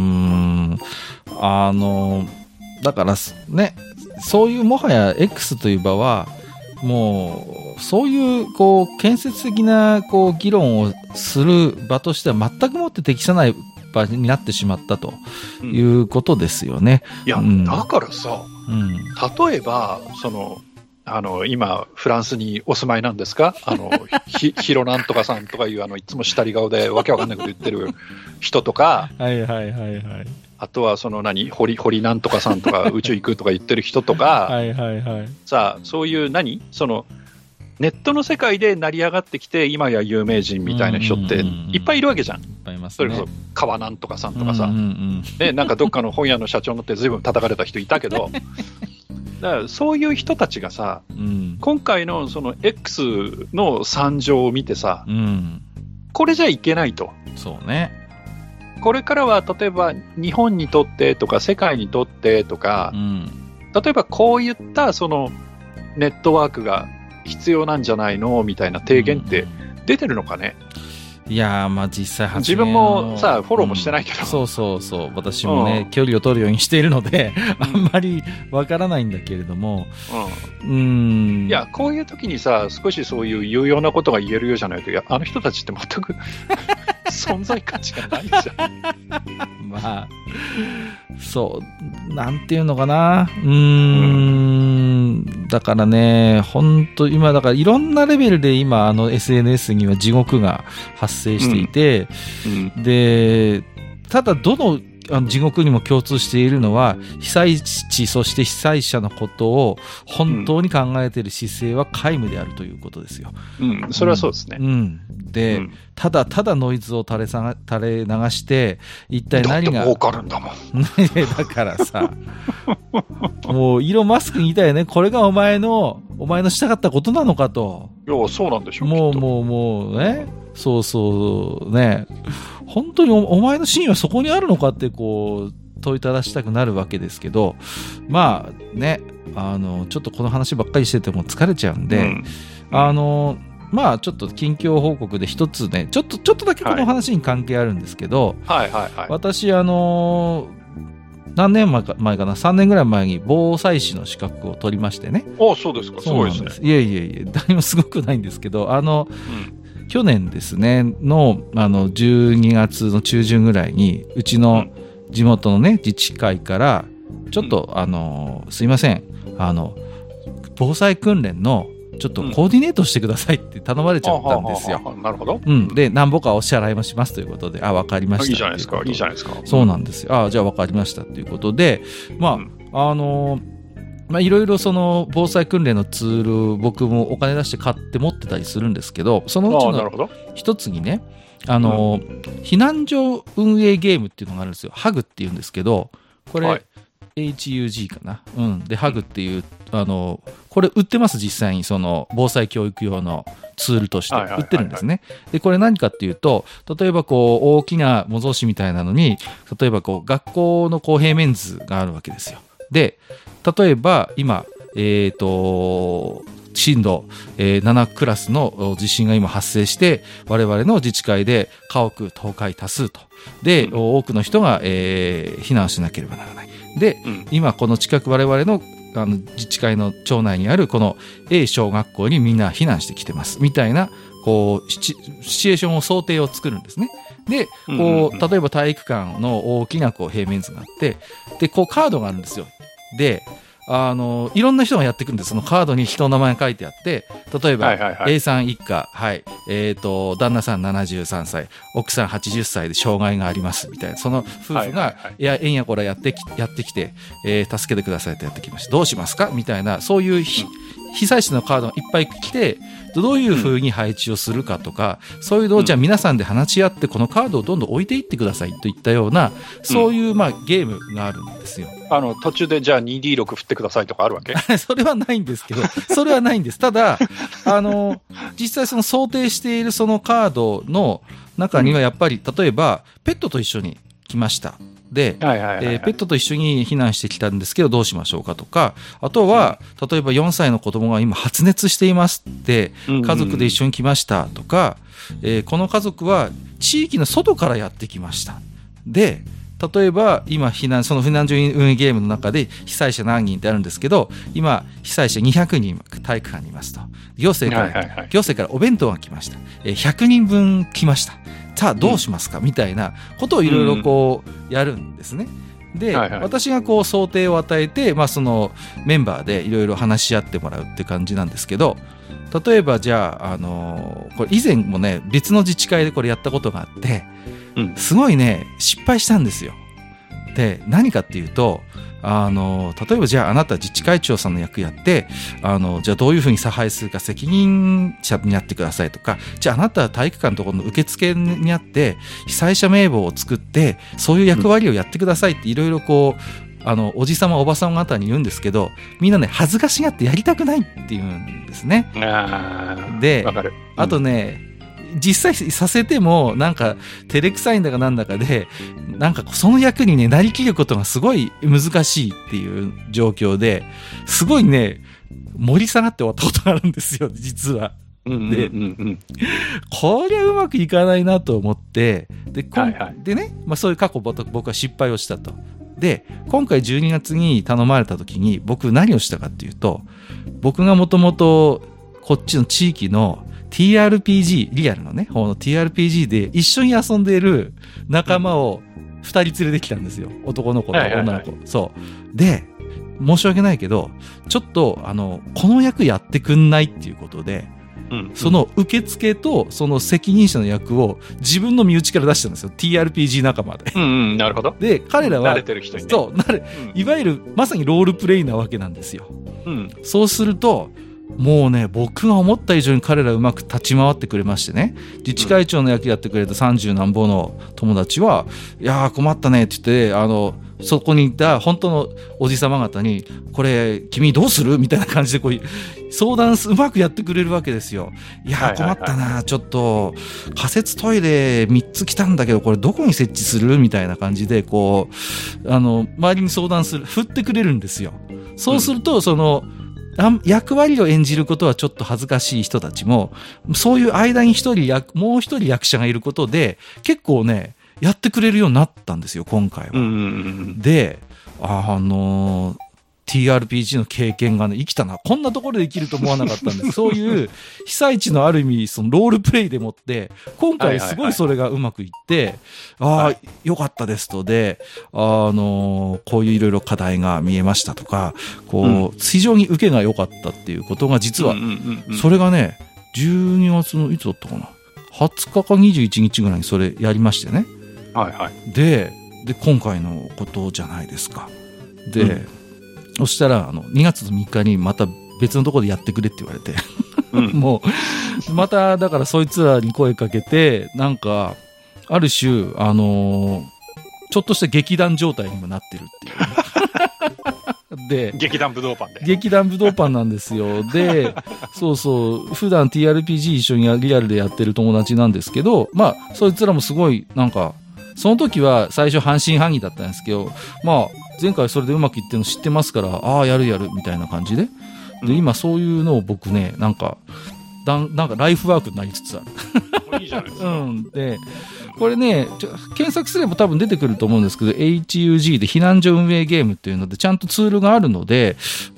だからね、そういうもはや X という場はもうそういうこう建設的なこう議論をする場としては全くもって適さない場になってしまったということですよね。 いや、だからさ、例えばその今フランスにお住まいなんですか、ヒロなんとかさんとかいういつも下り顔でわけわかんないこと言ってる人とかあとはその堀なんとかさんとか宇宙行くとか言ってる人とかさあ、そういうそのネットの世界で成り上がってきて今や有名人みたいな人っていっぱいいるわけじゃん。いっぱいいますね。それこそ川なんとかさんとかさ、なんかどっかの本屋の社長のって随分叩かれた人いたけどだからそういう人たちがさ、今回のその X の惨状を見てさ、これじゃいけないと。 そうね。 これからは例えば日本にとってとか世界にとってとか、例えばこういったそのネットワークが必要なんじゃないのみたいな提言って出てるのかね。 いやー、まあ実際自分もさフォローもしてないけど、 そう私もね、距離を取るようにしているのであんまりわからないんだけれども、 いやこういう時にさ、少しそういう有用なことが言えるようじゃないと、いやあの人たちって全く存在価値がないじゃん。 まあそうなんていうのかな、だからね、本当今だからいろんなレベルで今SNS には地獄が発生していて、でただどの地獄にも共通しているのは、被災地そして被災者のことを本当に考えている姿勢は皆無であるということですよ。 それはそうですね。 で、ただノイズを垂れ流して一体何がだって儲かるんだもん。 だからさもうイーロン・マスクに言いたいよね、これがお前のしたかったことなのかと。 いやそうなんでしょう。 もうね、そうね、本当にお前の真意はそこにあるのかってこう問いただしたくなるわけですけど、まあね、ちょっとこの話ばっかりしてても疲れちゃうんで、まあちょっと近況報告で一つね、ちょっとだけこの話に関係あるんですけど、私何年前かな、3年ぐらい前に防災士の資格を取りましてね。 そうですか、すごいですね。 いえ何もすごくないんですけど、去年ですねの12月の中旬ぐらいにうちの地元のね自治会からちょっとすいません、防災訓練のちょっとコーディネートしてくださいって頼まれちゃったんですよ。 なるほど。 で何ぼかお支払いもしますということで、分かりました。 いいじゃないですか、いいじゃないですか。 そうなんですよ。じゃあ分かりましたということで、いろいろその防災訓練のツール、僕もお金出して買って持ってたりするんですけど、そのうちの一つにね、避難所運営ゲームっていうのがあるんですよ。ハグっていうんですけど、これ、HUG かな。で、ハグっていう、これ売ってます、実際に、その、防災教育用のツールとして売ってるんですね。で、これ何かっていうと、例えばこう、大きな模造紙みたいなのに、例えばこう、学校のこう平面図があるわけですよ。で、例えば、今、震度、7クラスの地震が今発生して、我々の自治会で家屋倒壊多数と。で、多くの人が、避難しなければならない。で、今この近く我々の自治会の町内にあるこの A 小学校にみんな避難してきてますみたいなこうシチュエーションを想定を作るんですね。で、こう例えば体育館の大きなこう平面図があって、でこうカードがあるんですよ。でいろんな人がやってくるんです。そのカードに人の名前が書いてあって、例えば、A さん一家、旦那さん73歳、奥さん80歳で障害がありますみたいな、その夫婦が、いや、えんやこらやってきて、助けてくださいとやってきました。どうしますかみたいな、そういう被災地のカードがいっぱい来て、どういうふうに配置をするかとか、そういうのをじゃあ皆さんで話し合ってこのカードをどんどん置いていってくださいといったような、そういうゲームがあるんですよ。 途中でじゃあ 2D6 振ってくださいとかあるわけ？ それはないんですけど、それはないんです。ただ実際その想定しているそのカードの中にはやっぱり、例えばペットと一緒に来ました。で、ペットと一緒に避難してきたんですけどどうしましょうかとか、あとは、例えば4歳の子供が今発熱していますって家族で一緒に来ましたとか、この家族は地域の外からやってきました。で、例えば今その避難所運営ゲームの中で被災者何人ってあるんですけど、今被災者200人体育館にいますと、行政からお弁当が来ました、100人分来ました、さあどうしますか、みたいなことをいろいろこうやるんですね。で、私がこう想定を与えて、そのメンバーでいろいろ話し合ってもらうって感じなんですけど、例えばじゃあ、これ以前もね別の自治会でこれやったことがあって、すごいね失敗したんですよ。で、何かっていうと、例えばじゃああなた自治会長さんの役やって、じゃあどういうふうに差配するか責任者になってくださいとか、じゃああなたは体育館のところの受付にあって被災者名簿を作ってそういう役割をやってくださいっていろいろこうおじさまおばさま方に言うんですけど、みんなね恥ずかしがってやりたくないって言うんですね。で、あとね、実際させてもなんか照れくさいんだかなんだかで、なんかその役にねなりきることがすごい難しいっていう状況で、すごいね盛り下がって終わったことがあるんですよ、実は。で、こりゃうまくいかないなと思って、で、でね、そういう過去僕は失敗をしたと。で、今回12月に頼まれた時に僕何をしたかっていうと、僕がもともとこっちの地域の TRPG、リアルのね、方の TRPG で一緒に遊んでいる仲間を2人連れてきたんですよ。男の子と女の子。そう。で、申し訳ないけど、ちょっと、この役やってくんないっていうことで、その受付とその責任者の役を自分の身内から出したんですよ。TRPG 仲間で。 なるほど。 で、彼らは、 慣れてる人にね。 そう、いわゆるまさにロールプレイなわけなんですよ。そうすると、もうね、僕が思った以上に彼らうまく立ち回ってくれましてね、自治会長の役やってくれた30何本の友達は、いやー困ったねって言って、そこにいた本当のおじさま方に、これ君どうするみたいな感じでこう相談うまくやってくれるわけですよ。いやー困ったな、ちょっと仮設トイレ3つ来たんだけどこれどこに設置するみたいな感じでこう周りに相談する、振ってくれるんですよ。そうするとその役割を演じることはちょっと恥ずかしい人たちも、そういう間にもう一人役者がいることで結構ねやってくれるようになったんですよ、今回は。で、TRPG の経験がね、生きたな。こんなところで生きると思わなかったんです。そういう被災地のある意味、そのロールプレイでもって、今回すごいそれがうまくいって、よかったですと。で、こういういろいろ課題が見えましたとか、非常に受けが良かったっていうことが実は、それがね、12月のいつだったかな。20日か21日ぐらいにそれやりましてね。で、今回のことじゃないですか。で、そしたら2月の3日にまた別のところでやってくれって言われて、もうまただからそいつらに声かけて、なんかある種ちょっとした劇団状態にもなってるっていう、で劇団武道パンで劇団武道パンなんですよ。でそう普段 TRPG 一緒にリアルでやってる友達なんですけど、そいつらもすごいなんかその時は最初半信半疑だったんですけど、前回それでうまくいってるの知ってますから、やるみたいな感じで、今そういうのを僕ね、なんかライフワークになりつつある。 いいじゃないですか。 で、これね、検索すれば多分出てくると思うんですけど、HUG で避難所運営ゲームっていうので、ちゃんとツールがあるので、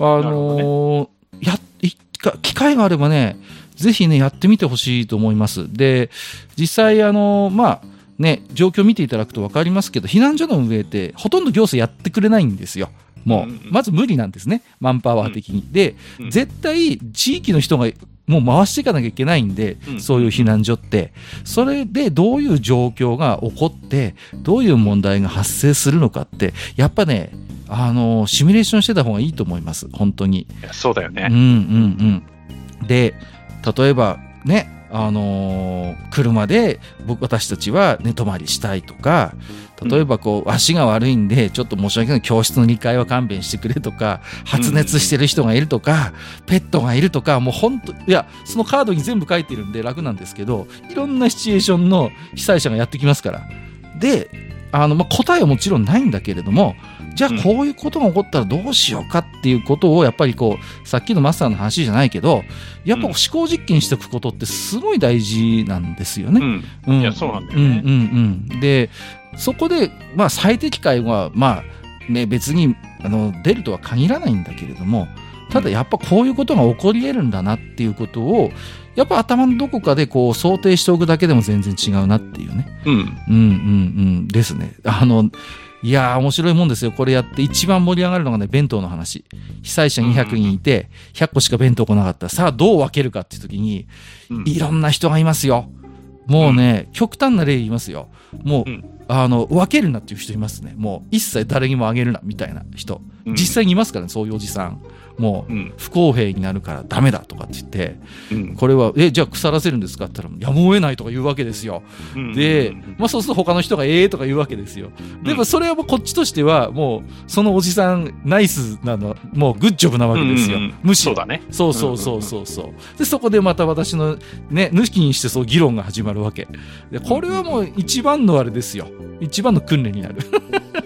機会があればね、ぜひね、やってみてほしいと思います。で、実際状況を見ていただくと分かりますけど、避難所の運営ってほとんど行政やってくれないんですよ。もう、まず無理なんですね、マンパワー的に。で、絶対地域の人がもう回していかなきゃいけないんで、そういう避難所って。それでどういう状況が起こって、どういう問題が発生するのかって、やっぱね、シミュレーションしてた方がいいと思います、本当に。 そうだよね。 で、例えばね、車で私たちは寝泊まりしたいとか、例えば足が悪いんでちょっと申し訳ない教室の2階は勘弁してくれとか、発熱してる人がいるとか、ペットがいるとか、もう本当そのカードに全部書いてるんで楽なんですけど、いろんなシチュエーションの被災者がやってきますから。で、答えはもちろんないんだけれども、じゃあこういうことが起こったらどうしようかっていうことをやっぱりさっきのマスターの話じゃないけど、やっぱ思考実験しておくことってすごい大事なんですよね。 いや、そうなんだよね。 で、そこで最適解は別に出るとは限らないんだけれども、ただやっぱこういうことが起こり得るんだなっていうことをやっぱ頭のどこかで想定しておくだけでも全然違うなっていうね。ですね。いやー面白いもんですよ。これやって一番盛り上がるのがね、弁当の話。被災者200人いて100個しか弁当来なかった。さあどう分けるかっていう時に、いろんな人がいますよ。もうね、極端な例言いますよ。もう、分けるなっていう人いますね。もう一切誰にもあげるなみたいな人、実際にいますからね、そういうおじさん。もう不公平になるからダメだとかって言って、これはじゃあ腐らせるんですかって言ったらやむを得ないとか言うわけですよ。で、そうすると他の人がとか言うわけですよ。でもそれはもうこっちとしてはもうそのおじさんナイスなの、もうグッジョブなわけですよ。むしろそうだね。 そうでそこでまた私のね抜きにしてそう議論が始まるわけで、これはもう一番のあれですよ。一番の訓練になる。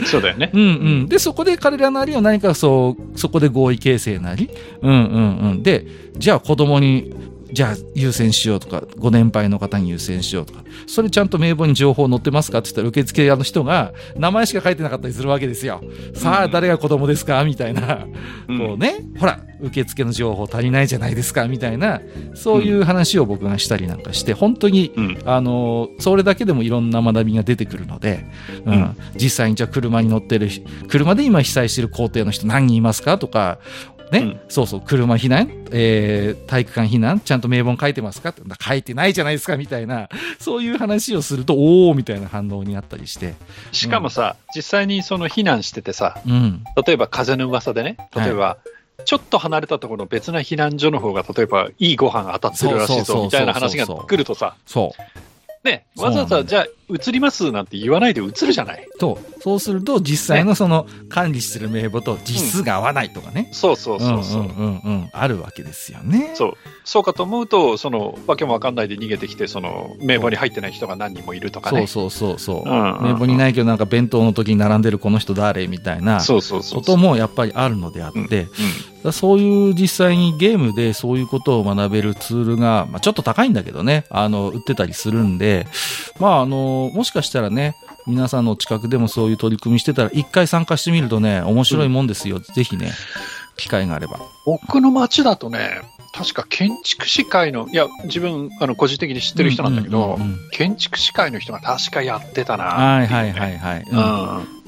そうだよね。 うんうん。で、そこで彼らなりを何かそこで合意形成なり。で、じゃあ子供に、じゃあ優先しようとか、ご年配の方に優先しようとか、それちゃんと名簿に情報載ってますかって言ったら、受付屋の人が名前しか書いてなかったりするわけですよ。さあ、誰が子供ですかみたいな、こうね、ほら、受付の情報足りないじゃないですかみたいな、そういう話を僕がしたりなんかして、本当に、それだけでもいろんな学びが出てくるので、実際にじゃあ車に乗ってる、車で今被災してる校庭の人何人いますかとか、ね、そうそう、車避難、体育館避難、ちゃんと名簿書いてますかって、書いてないじゃないですかみたいな、そういう話をすると、おーみたいな反応になったりして。 しかもさ、実際にその避難しててさ、例えば風の噂でね、例えば、ちょっと離れたところの別な避難所の方が、例えばいいご飯当たってるらしいぞみたいな話が来るとさ、ね、わざわざじゃあ移りますなんて言わないで移るじゃない。 そうすると実際のその管理してる名簿と実数が合わないとかね。 そう。 あるわけですよね。 そうかと思うと、そのわけもわかんないで逃げてきて、その名簿に入ってない人が何人もいるとかね。 そう。名簿にないけどなんか弁当の時に並んでるこの人誰みたいなこともやっぱりあるのであって、そういう実際にゲームでそういうことを学べるツールが、ちょっと高いんだけどね、売ってたりするんで、もしかしたらね、皆さんの近くでもそういう取り組みしてたら、一回参加してみるとね、面白いもんですよ。ぜひね、機会があれば。 僕の町だとね、確か建築士会の、いや、自分、個人的に知ってる人なんだけど、建築士会の人が確かやってたな、 はい。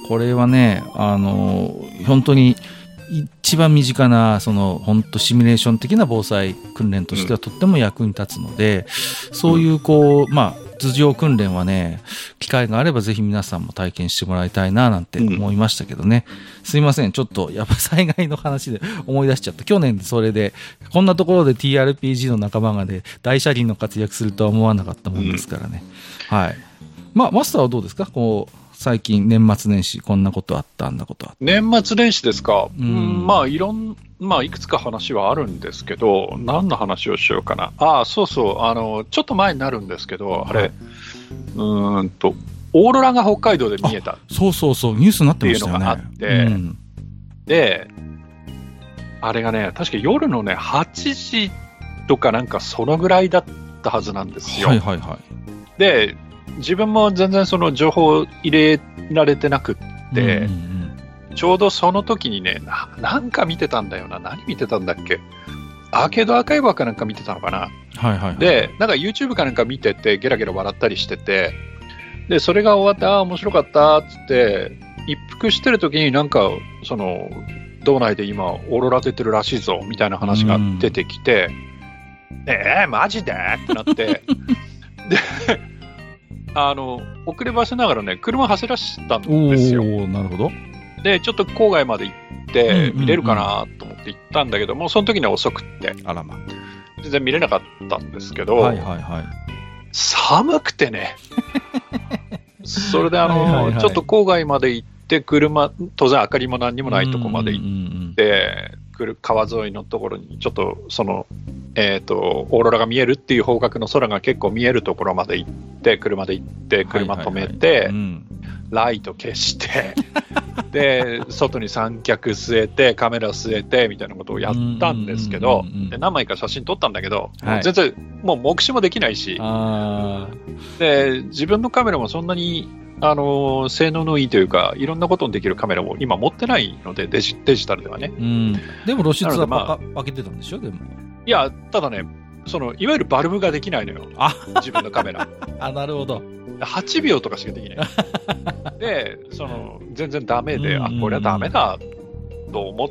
これはね、本当に、一番身近な、本当シミュレーション的な防災訓練としてはとっても役に立つので、そういう頭上訓練はね、機会があればぜひ皆さんも体験してもらいたいななんて思いましたけどね。すいません。ちょっとやっぱ災害の話で思い出しちゃった。去年それで、こんなところで TRPG の仲間がね、大車輪の活躍するとは思わなかったもんですからね。はい。マスターはどうですか？最近年末年始こんなことあった、あんなことあった。 年末年始ですか？いくつか話はあるんですけど、何の話をしようかな。ちょっと前になるんですけど、あれ、オーロラが北海道で見えた。 そう、ニュースになってましたよね。 っていうのがあって、で、あれがね、確か夜のね、8時とかなんかそのぐらいだったはずなんですよ。で、自分も全然その情報を入れられてなくって、ちょうどその時にね、なんか見てたんだよな。何見てたんだっけ？アーケードアーカイバーかなんか見てたのかな。で、なんか YouTube かなんか見てて、ゲラゲラ笑ったりしてて、で、それが終わって、面白かったっつって、一服してる時になんか、道内で今、オーロラ出てるらしいぞ、みたいな話が出てきて、マジでってなって、で、遅ればせながらね、車走らせたんですよ。 なるほど。 で、ちょっと郊外まで行って、見れるかなと思って行ったんだけども、その時には遅くって、全然見れなかったんですけど、寒くてね、それでちょっと郊外まで行って、当然明かりも何にもないとこまで行って、川沿いのところに、ちょっとオーロラが見えるっていう方角の空が結構見えるところまで行って、車で行って、車止めて、ライト消して、で、外に三脚据えて、カメラ据えて、みたいなことをやったんですけど、で何枚か写真撮ったんだけど、全然、もう目視もできないし、で、自分のカメラもそんなに、性能のいいというか、いろんなことのできるカメラを今持ってないので、デジタルではね。 でも露出は開けてたんでしょ？でも。 いや、ただね、いわゆるバルブができないのよ。自分のカメラ。 なるほど。 8秒とかしかできない。で、全然ダメで、これはダメだと思って、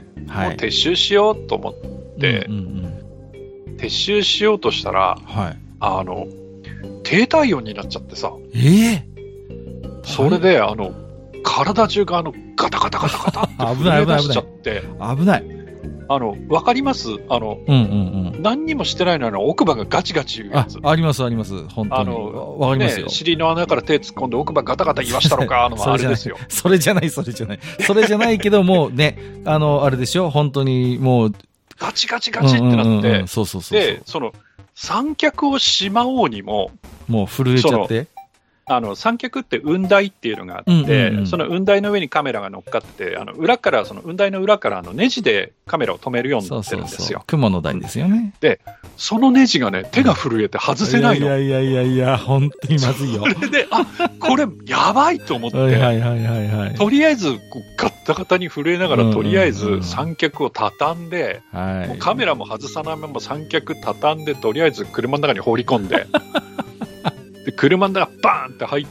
もう撤収しようと思って、撤収しようとしたら、低体温になっちゃってさ。それで、体中がガタガタガタガタって震え出しちゃって。 危ない。 わかります？何にもしてないのに奥歯がガチガチ言うやつ。 あります、あります。本当に。わかりますよ。 尻の穴から手突っ込んで奥歯ガタガタ言わしたのか、あれですよ。 それじゃない。それじゃないけど、もうね、あれでしょ、本当にもう。 ガチガチガチってなって。で、三脚をしまおうにも。 もう震えちゃって。 三脚って雲台っていうのがあって、その雲台の上にカメラが乗っかってて、裏から、その雲台の裏からネジでカメラを止めるようになってるんですよ。そうそうそう、 雲の台ですよね。 で、そのネジがね、手が震えて外せないの。 いや、本当にまずいよ。 それで、これ、やばいと思って、とりあえず、ガッタガタに震えながら、とりあえず三脚を畳んで、もうカメラも外さないまま三脚畳んで、とりあえず車の中に放り込んで、で車の中バーンって入って、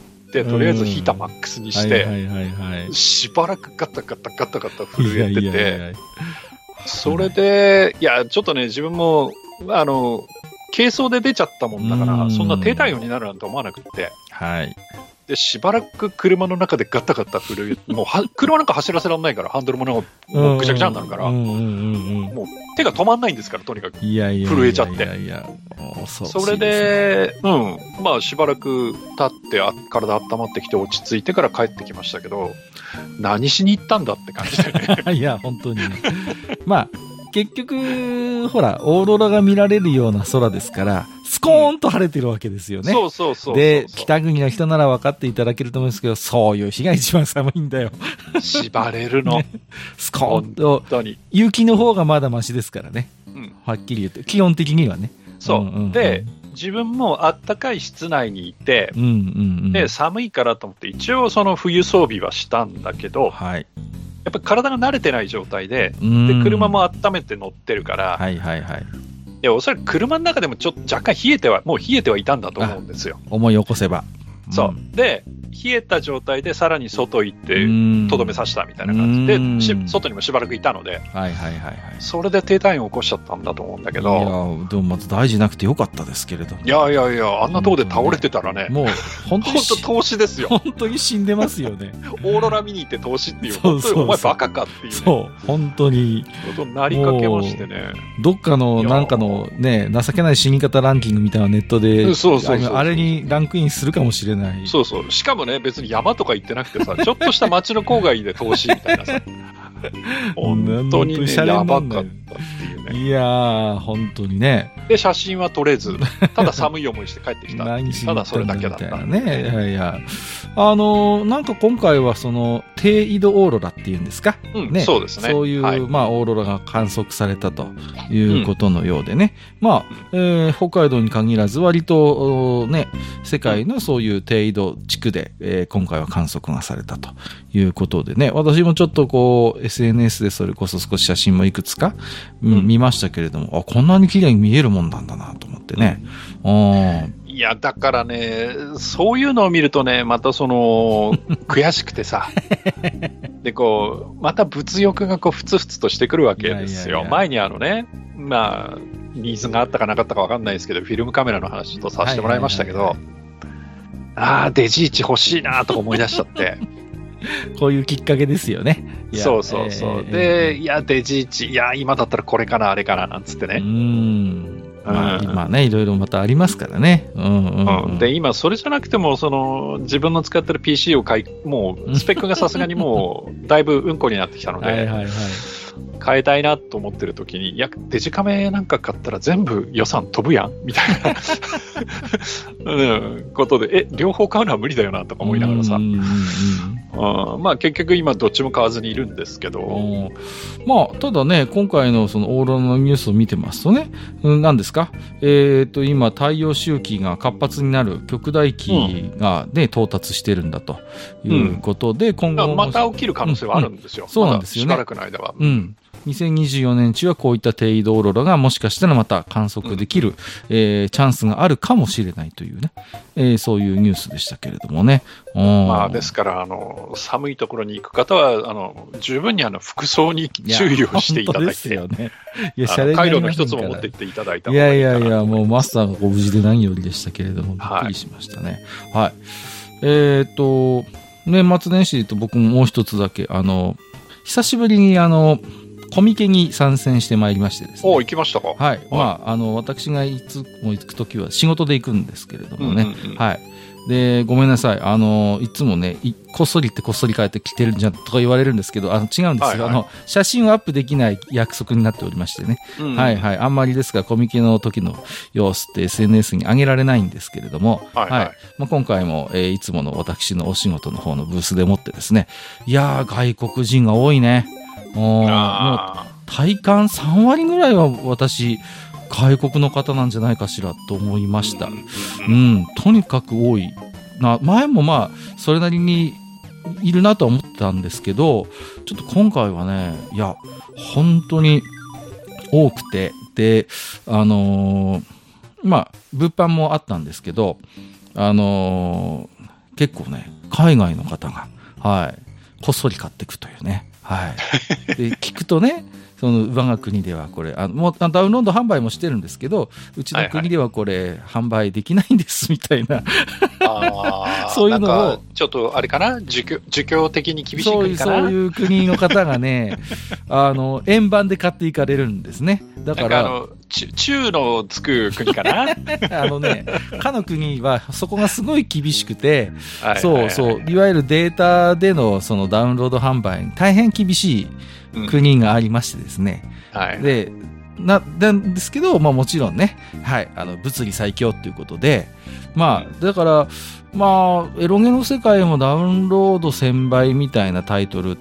とりあえずヒーターマックスにして、しばらくガタガタ震えてて、それで、いや、ちょっとね、自分も、軽装で出ちゃったもんだから、そんな低体温になるなんて思わなくって、で、しばらく車の中でガタガタ震え、もう車なんか走らせられないから、ハンドルももうぐちゃぐちゃになるから、もう手が止まんないんですから、とにかく。震えちゃって。それで、まあしばらく経って、体温まってきて落ち着いてから帰ってきましたけど、何しに行ったんだって感じでね。 いや、本当にね。まあ、結局、ほら、オーロラが見られるような空ですから、スコーンと晴れてるわけですよね。 そう。 で、北国の人なら分かっていただけると思うんですけど、そういう日が一番寒いんだよ。 縛れるの。ね、 スコーンと。雪の方がまだマシですからね。はっきり言って。基本的にはね。 そう。で、自分もあったかい室内にいて、で、寒いからと思って、一応その冬装備はしたんだけど、やっぱり体が慣れてない状態で、車も温めて乗ってるから、で、おそらく車の中でもちょっと若干もう冷えてはいたんだと思うんですよ。 思い起こせば。 そう。で、冷えた状態でさらに外行ってとどめさせたみたいな感じで、外にもしばらくいたので、それで低体温を起こしちゃったんだと思うんだけど。 いや、でもまず大事なくてよかったですけれど。 いや、あんなとこで倒れてたらね、 もう本当投資ですよ。 本当に死んでますよね。 オーロラ見に行って投資っていう、本当にお前バカかっていう、ね。 そう、本当に。 ことになりかけましてね。 どっかのなんかのね、情けない死に方ランキングみたいなネットで、あれにランクインするかもしれない。 そう。しかもね、別に山とか行ってなくてさ、ちょっとした街の郊外で投資みたいなさ。本当にね、やばかったっていうね。 いやー、本当にね。 で、写真は撮れず、ただ寒い思いして帰ってきた。ただそれだけだった。 ね。なんか今回はその、低緯度オーロラっていうんですか。 ね。そうですね。 そういう、まあ、オーロラが観測されたということのようでね。まあ、北海道に限らず割と、ね、世界のそういう低緯度地区で、今回は観測がされたということでね。私もちょっとこう、SNS でそれこそ少し写真もいくつか、見ましたけれども、こんなに綺麗に見えるもんなんだなと思ってね。 いや、だからね、そういうのを見るとね、またその、悔しくてさ、で、こう、また物欲がこう、ふつふつとしてくるわけですよ。前にまあ、ニーズがあったかなかったかわかんないですけど、フィルムカメラの話ちょっとさせてもらいましたけど、デジーチ欲しいなとか思い出しちゃって。 こういうきっかけですよね。 そう。で、デジーチ、今だったらこれかな、あれかな、なんつってね。 今ね、いろいろまたありますからね。 で、今、それじゃなくても、自分の使ってる PC をもう、スペックがさすがにもう、だいぶうんこになってきたので、変えたいなと思ってる時に、デジカメなんか買ったら全部予算飛ぶやんみたいな、ことで、両方買うのは無理だよなとか思いながらさ。まあ結局今どっちも買わずにいるんですけど。 まあ、ただね、今回のそのオーロラのニュースを見てますとね、何ですか今、太陽周期が活発になる極大期がね、到達してるんだということで、今後また起きる可能性はあるんですよ。 そうなんですよね。 しばらくの間は。 2024年中はこういった低緯度オーロラがもしかしたらまた観測できる、チャンスがあるかもしれないというね、そういうニュースでしたけれどもね。 まあですから、寒いところに行く方は、十分に服装に注意をしていただいて。 ですよね。 カイロの一つも持って行っていただいた方がいいかな。 いや、もうマスターが無事で何よりでしたけれども、びっくりしましたね。はい。年末年始で言うと僕ももう一つだけ、久しぶりにコミケに参戦してまいりましてですね。 行きましたか。 はい。まあ、私がいつも行くときは仕事で行くんですけれどもね。はい。 で、ごめんなさい。いつもね、こっそりってこっそり帰ってきてるんじゃんとか言われるんですけど、違うんですよ。はいはい、写真をアップできない約束になっておりましてね。うんうん、はいはい。あんまりですが、コミケの時の様子って SNS に上げられないんですけれども、はい、はいまあ、今回も、いつもの私のお仕事の方のブースでもってですね、いやー、外国人が多いね。もう、体感3割ぐらいは私、外国の方なんじゃないかしらと思いました。うん、とにかく多い。前もまあ、それなりにいるなとは思ってたんですけど、ちょっと今回はね、いや、本当に多くて、で、まあ、物販もあったんですけど、結構ね、海外の方が、はい、こっそり買っていくというね、はい。で、聞くとね、我が国ではこれもうダウンロード販売もしてるんですけど、うちの国ではこれ、販売できないんですみたいなそういうのをちょっとあれかな、儒教的に厳しい国かな、 そういう国の方がね円盤で買っていかれるんですね。だから中のつく国かなかの国はそこがすごい厳しくてそうそういわゆるデータでのそのダウンロード販売に大変厳しい国がありましてですね、はい、でなんですけど、まあ、もちろんね、はい、物理最強ということで、まあ、だから、まあ、エロゲの世界もダウンロード1000倍みたいなタイトルって、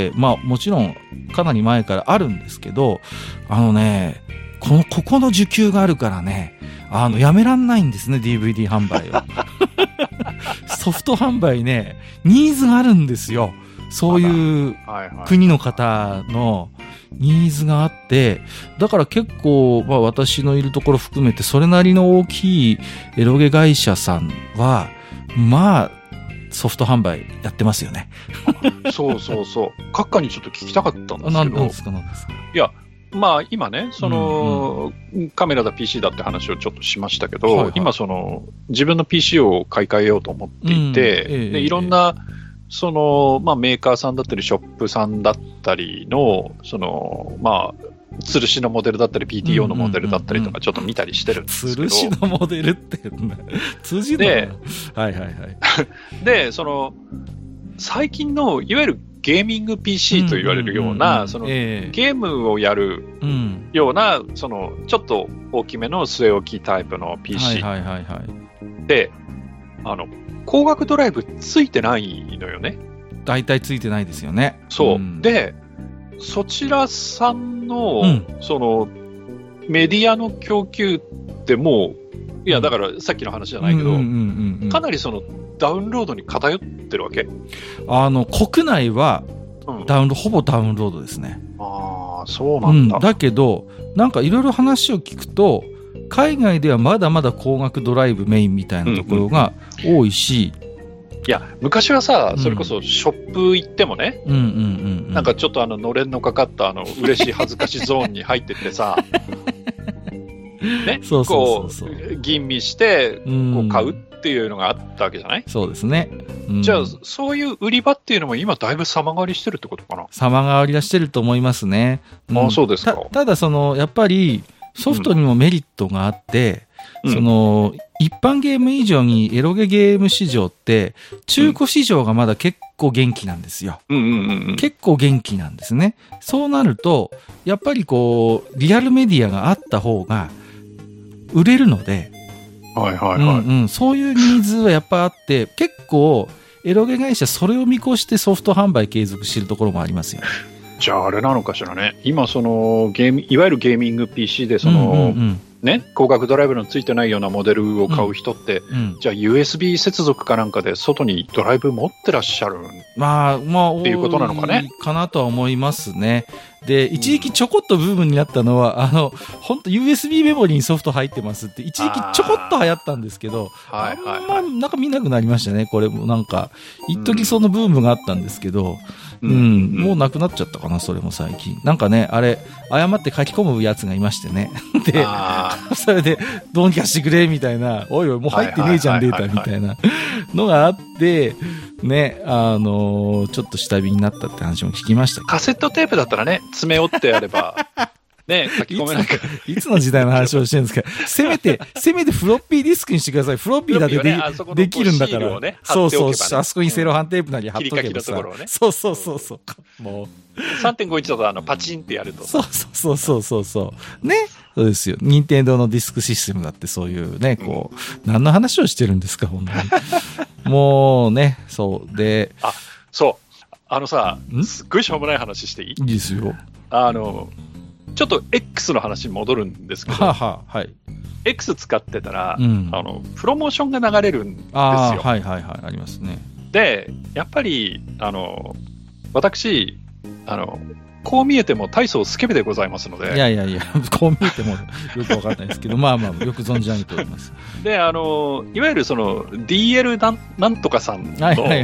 まあ、もちろんかなり前からあるんですけど、ここの需給があるからね、やめらんないんですね、DVD 販売を。ソフト販売ね、ニーズがあるんですよ。そういう国の方のニーズがあって、だから結構、まあ私のいるところ含めてそれなりの大きいエロゲ会社さんは、まあ、ソフト販売やってますよね。 そうそうそう。閣下にちょっと聞きたかったんですけど。 何ですかいや、まあ今ね、カメラだ PC だって話をちょっとしましたけど、はいはい、今自分の PC を買い替えようと思っていて、でいろんな、まあ、メーカーさんだったりショップさんだったりのまあ吊るしのモデルだったり PTO のモデルだったりとかちょっと見たりしてるんですけど、 吊るしのモデルって通じるの？はいはいはい。 で最近のいわゆるゲーミング PC と言われるようなゲームをやるようなちょっと大きめの据え置きタイプの PC で光学ドライブついてないのよね。 大体ついてないですよね。 そう。で、そちらさんの、メディアの供給ってもう、いや、だからさっきの話じゃないけど、かなりダウンロードに偏ってるわけ。 国内は、ほぼダウンロードですね。 ああ、そうなんだ。 だけど、なんかいろいろ話を聞くと、海外ではまだまだ光学ドライブメインみたいなところが多いし、 いや昔はさ、それこそショップ行ってもね、なんかちょっとのれんのかかった嬉しい恥ずかしゾーンに入ってってさね、こう吟味してこう買うっていうのがあったわけじゃない？ そうですね。 じゃあそういう売り場っていうのも今だいぶ様変わりしてるってことかな？ 様変わりはしてると思いますね。 あ、そうですか。 ただやっぱりソフトにもメリットがあって、一般ゲーム以上にエロゲーム市場って中古市場がまだ結構元気なんですよ。結構元気なんですね。そうなるとやっぱりリアルメディアがあった方が売れるので、そういうニーズはやっぱあって、結構エロゲ会社それを見越してソフト販売継続しているところもありますよ。 じゃああれなのかしらね。今いわゆるゲーミング PC でね、光学ドライブのついてないようなモデルを買う人って、じゃあ USB 接続かなんかで外にドライブ持ってらっしゃるっていうことなのかね。 かなとは思いますね。で、一時期ちょこっとブームになったのは、本当 USB メモリーにソフト入ってますって一時期ちょこっと流行ったんですけど、なんか見なくなりましたね。これもなんか一時そのブームがあったんですけど、もうなくなっちゃったかな、それも最近。なんかね、あれ誤って書き込むやつがいましてね。で、それでどうにかしてくれみたいな、おいおいもう入ってねえじゃんデータみたいなのがあって、ね、ちょっと下火になったって話も聞きました。 カセットテープだったらね、爪折ってやればね、書き込めなんか。 いつの時代の話をしてるんですか。せめてフロッピーディスクにしてください。フロッピーだってできるんだから。そうそう、あそこにセロハンテープなり貼っとけばさ。そう。もう。 3.51 だとパチンってやると。 そう。ね。そうですよ。任天堂のディスクシステムだってそういうね、こう、何の話をしてるんですか、本当に。もうね、そうで。 そう。さ、すっごいしょうもない話していい？ いいですよ。 ちょっと X の話に戻るんですけど、 はい。 X 使ってたら、プロモーションが流れるんですよ。 はい、ありますね。 で、やっぱり、私、こう見えても大層スケベでございますので。 いや、こう見えてもよくわかんないですけど、まあ、よく存じ上げております。 で、いわゆるその DL なんとかさん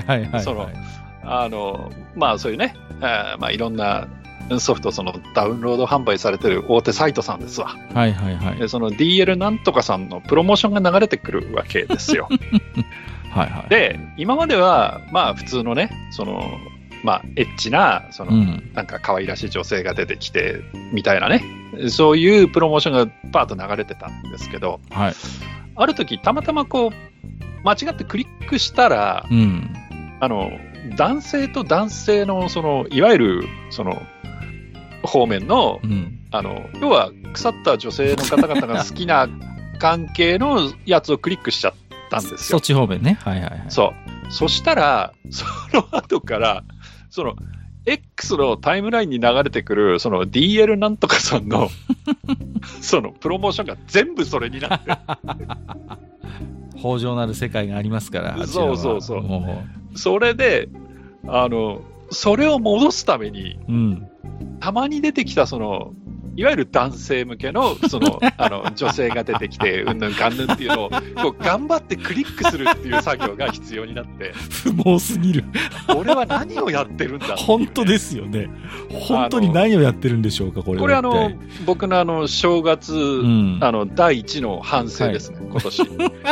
の、まあそういうね、まあいろんなソフト、そのダウンロード販売されてる大手サイトさんですわ。で、その DL なんとかさんのプロモーションが流れてくるわけですよ。で、今までは、まあ普通のね、その、まあ、エッチな、なんか可愛らしい女性が出てきて、みたいなね、そういうプロモーションがパーッと流れてたんですけど、ある時、たまたまこう、間違ってクリックしたら、男性と男性の、いわゆる、方面の、要は腐った女性の方々が好きな関係のやつをクリックしちゃったんですよ。 そっち方面ね。 そう。そしたら、その後から、X のタイムラインに流れてくる、DL なんとかさんの、プロモーションが全部それになって。 豊穣なる世界がありますから。 そう。それで、それを戻すために、たまに出てきた、いわゆる男性向けの、女性が出てきて、うんぬんかんぬんっていうのを、こう頑張ってクリックするっていう作業が必要になって。 不毛すぎる。 俺は何をやってるんだっていう。 本当ですよね。本当に何をやってるんでしょうか、これは。 これ僕の正月、第一の反省ですね、今年。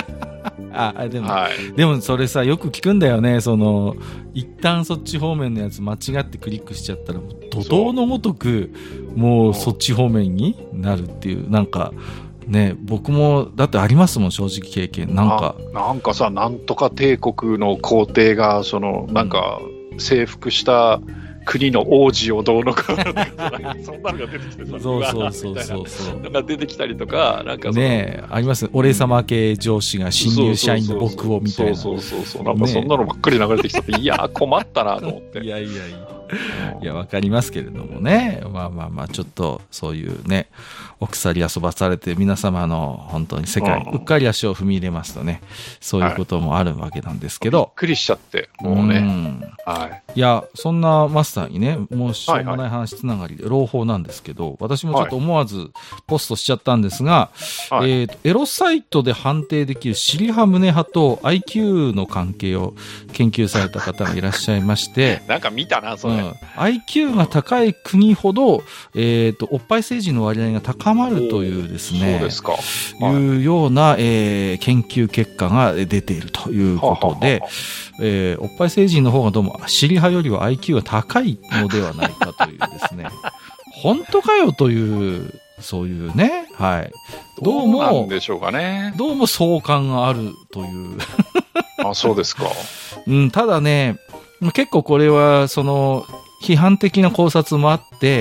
でもそれさ、よく聞くんだよね。一旦そっち方面のやつ間違ってクリックしちゃったら、怒涛のごとく、もうそっち方面になるっていう、なんか、ね、僕も、だってありますもん、正直経験。 なんかさ、なんとか帝国の皇帝が、なんか、征服した国の王子をどうのか、そんなのが出てきてさ、 そう。 なんか出てきたりとか、なんかね、ありますね。俺様系上司が新入社員の僕をみたいな。 そう。なんかそんなのばっかり流れてきちゃって、いや、困ったなと思って。 いや、わかりますけれどもね。まあ、ちょっと、そういうね、お鎖遊ばされて、皆様の本当に世界、うっかり足を踏み入れますとね、そういうこともあるわけなんですけど。びっくりしちゃって、もうね。 いや、そんなマスターにね、もうしょうもない話つながりで、朗報なんですけど、私もちょっと思わずポストしちゃったんですが、エロサイトで判定できる尻派胸派と IQ の関係を研究された方がいらっしゃいまして、 なんか見たな、それ。 IQ が高い国ほど、おっぱい成人の割合が高まるというですね、 そうですか。 いうような、研究結果が出ているということで、おっぱい成人の方がどうも尻派よりは IQ が高いのではないかというですね、本当かよという、そういうね、どうも、 なんでしょうかね。 どうも相関があるという。 そうですか。 ただね、結構これは、批判的な考察もあって、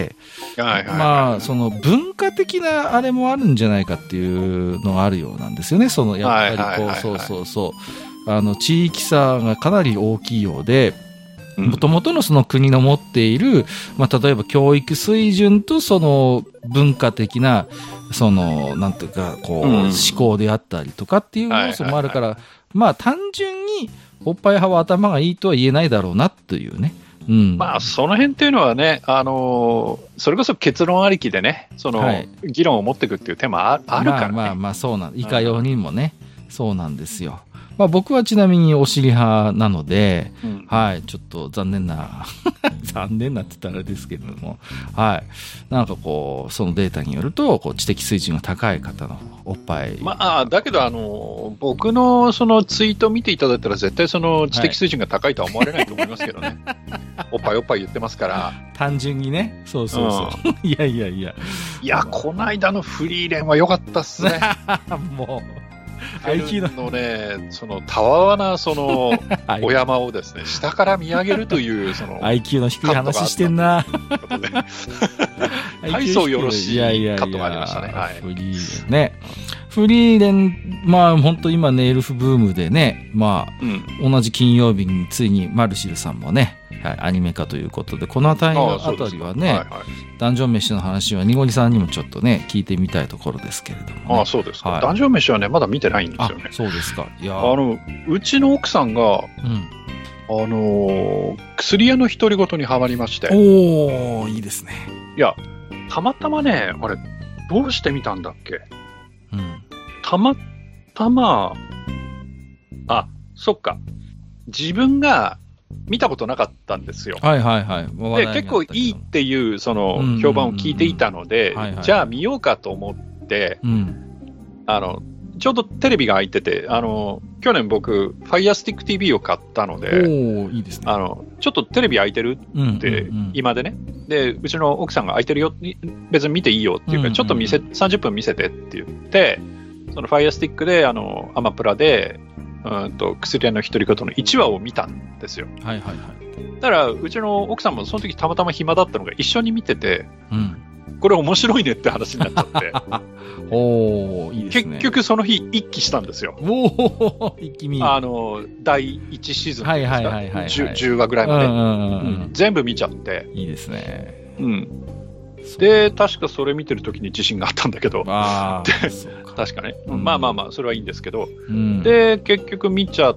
まあ、文化的なあれもあるんじゃないかっていうのがあるようなんですよね。やっぱり地域差がかなり大きいようで、もともとのその国の持っている、まあ、例えば教育水準と文化的な、なんていうか、思考であったりとかっていう要素もあるから、まあ、単純におっぱい派は頭がいいとは言えないだろうなというね。 まあ、その辺っていうのはね、それこそ結論ありきでね、議論を持っていくっていう手もあるからね。 まあ、そうなん、いかようにもね、そうなんですよ。まあ、僕はちなみにお尻派なので、ちょっと残念な残念なって言ったらあれですけれども、なんかそのデータによると、知的水準が高い方のおっぱい。 まあ、だけど、僕のそのツイート見ていただいたら、絶対知的水準が高いとは思われないと思いますけどね。 おっぱいおっぱい言ってますから。 単純にね。そうそうそう。いやいやいや。 いや、こないだのフリーレンは良かったっすね。 もう。 IQ のね、そのたわわなそのお山をですね、下から見上げるというその IQ の低い話してんな。 大層よろしいカットがありましたね。はい、 フリーレンね。フリーレン、まあ本当今ねエルフブームでね、まあ、同じ金曜日についにマルシルさんもね、はい、アニメ化ということで、このあたりはね、ダンジョン飯の話はにごりさんにもちょっとね聞いてみたいところですけれども、ね。 ああ、そうですか。はい、ダンジョン飯はねまだ見てないんですよね。 そうですか。いや、 うちの奥さんが、薬屋の独り言にハマりまして。 おー、いいですね。 いや、たまたまね、あれどうして見たんだっけ。たまたま、そっか。自分が見たことなかったんですよ。 はいはいはい。 で、結構いいっていう、その、評判を聞いていたので、じゃあ見ようかと思って、ちょうどテレビが空いてて、去年僕、Fire Stick TV を買ったので、 いいですね。 ちょっとテレビ空いてるって、今でね。で、うちの奥さんが空いてるよ、別に見ていいよっていうから、ちょっと30分見せてって言って、その Fire Stick で、アマプラで、薬屋の独り言の1話を見たんですよ。 はいはいはい。 だから、うちの奥さんもその時たまたま暇だったのが一緒に見てて、これ面白いねって話になっちゃって。 おー、いいですね。 結局その日一気したんですよ。 おー、一気見。 第1シーズンはいはいはいはい。 10話ぐらいまで。全部見ちゃって。 いいですね。 で、確かそれ見てる時に地震があったんだけど。確かね。まあまあまあ、それはいいんですけど。で、結局見ちゃって、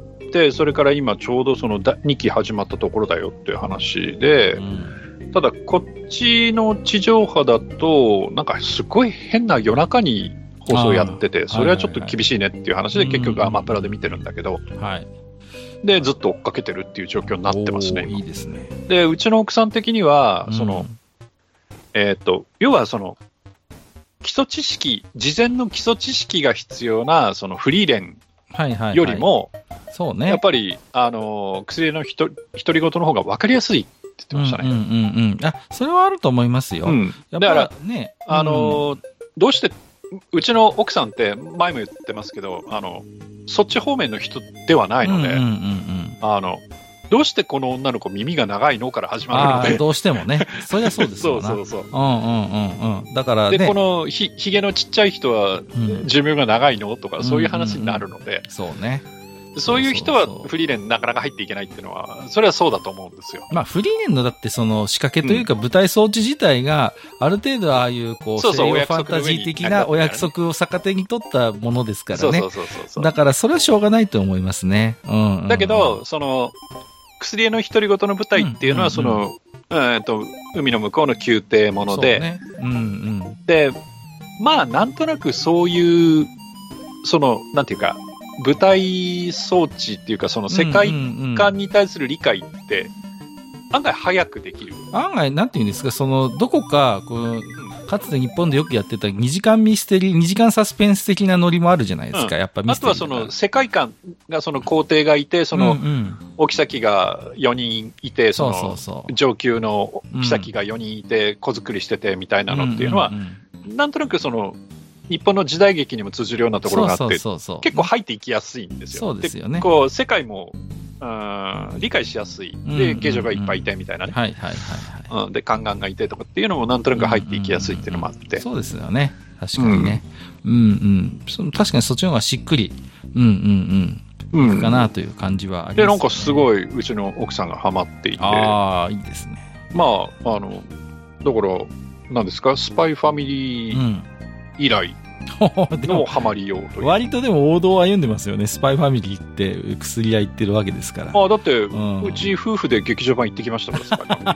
それから今ちょうどその2期始まったところだよっていう話で、ただこっちの地上波だと、なんかすごい変な夜中に放送やってて、それはちょっと厳しいねっていう話で結局アマプラで見てるんだけど、で、ずっと追っかけてるっていう状況になってますね。 いいですね。 で、うちの奥さん的には、その、要はその、基礎知識、事前の基礎知識が必要な、そのフリーレンよりも、 そうね。 やっぱり、薬の独り言の方が分かりやすいって言ってましたね。 それはあると思いますよ。 だからね、どうして、うちの奥さんって前も言ってますけど、そっち方面の人ではないので、どうしてこの女の子耳が長いのから始まるので。 どうしてもね。そりゃそうですよね。 そう。 だからね。 で、このひげのちっちゃい人は寿命が長いのとか、そういう話になるので。 そうね。 そういう人はフリーレンなかなか入っていけないっていうのは、それはそうだと思うんですよ。 まあフリーレンのだってその仕掛けというか舞台装置自体が、ある程度ああいうこう、西洋ファンタジー的なお約束を逆手に取ったものですからね。だからそれはしょうがないと思いますね。 だけど、その、薬屋の独り言の舞台っていうのは、その、海の向こうの宮廷もので、で、まあなんとなくそういう、その、なんていうか、舞台装置っていうか、その世界観に対する理解って、案外早くできる。 案外、なんていうんですか、その、どこか、この、かつて日本でよくやってた2時間ミステリー、2時間サスペンス的なノリもあるじゃないですか、やっぱミステリー。 あとはその、世界観が、その皇帝がいて、その、お妃が4人いて、その、上級の妃が4人いて、子作りしててみたいなのっていうのは、なんとなくその、日本の時代劇にも通じるようなところがあって、結構入っていきやすいんですよ。 そうですよね。 こう、世界も、理解しやすい。で、下女がいっぱいいてみたいなね。で、宦官がいてとかっていうのもなんとなく入っていきやすいっていうのもあって。 そうですよね。確かにね。確かにそっちの方がしっくり、いくかなという感じはありますね。 で、なんかすごい、うちの奥さんがハマっていて。 ああ、いいですね。 まあ、だから、何ですか、スパイファミリー以来のハマりようという。 割とでも王道を歩んでますよね。スパイファミリーって薬屋行ってるわけですから。 だって、うち夫婦で劇場版行ってきましたから、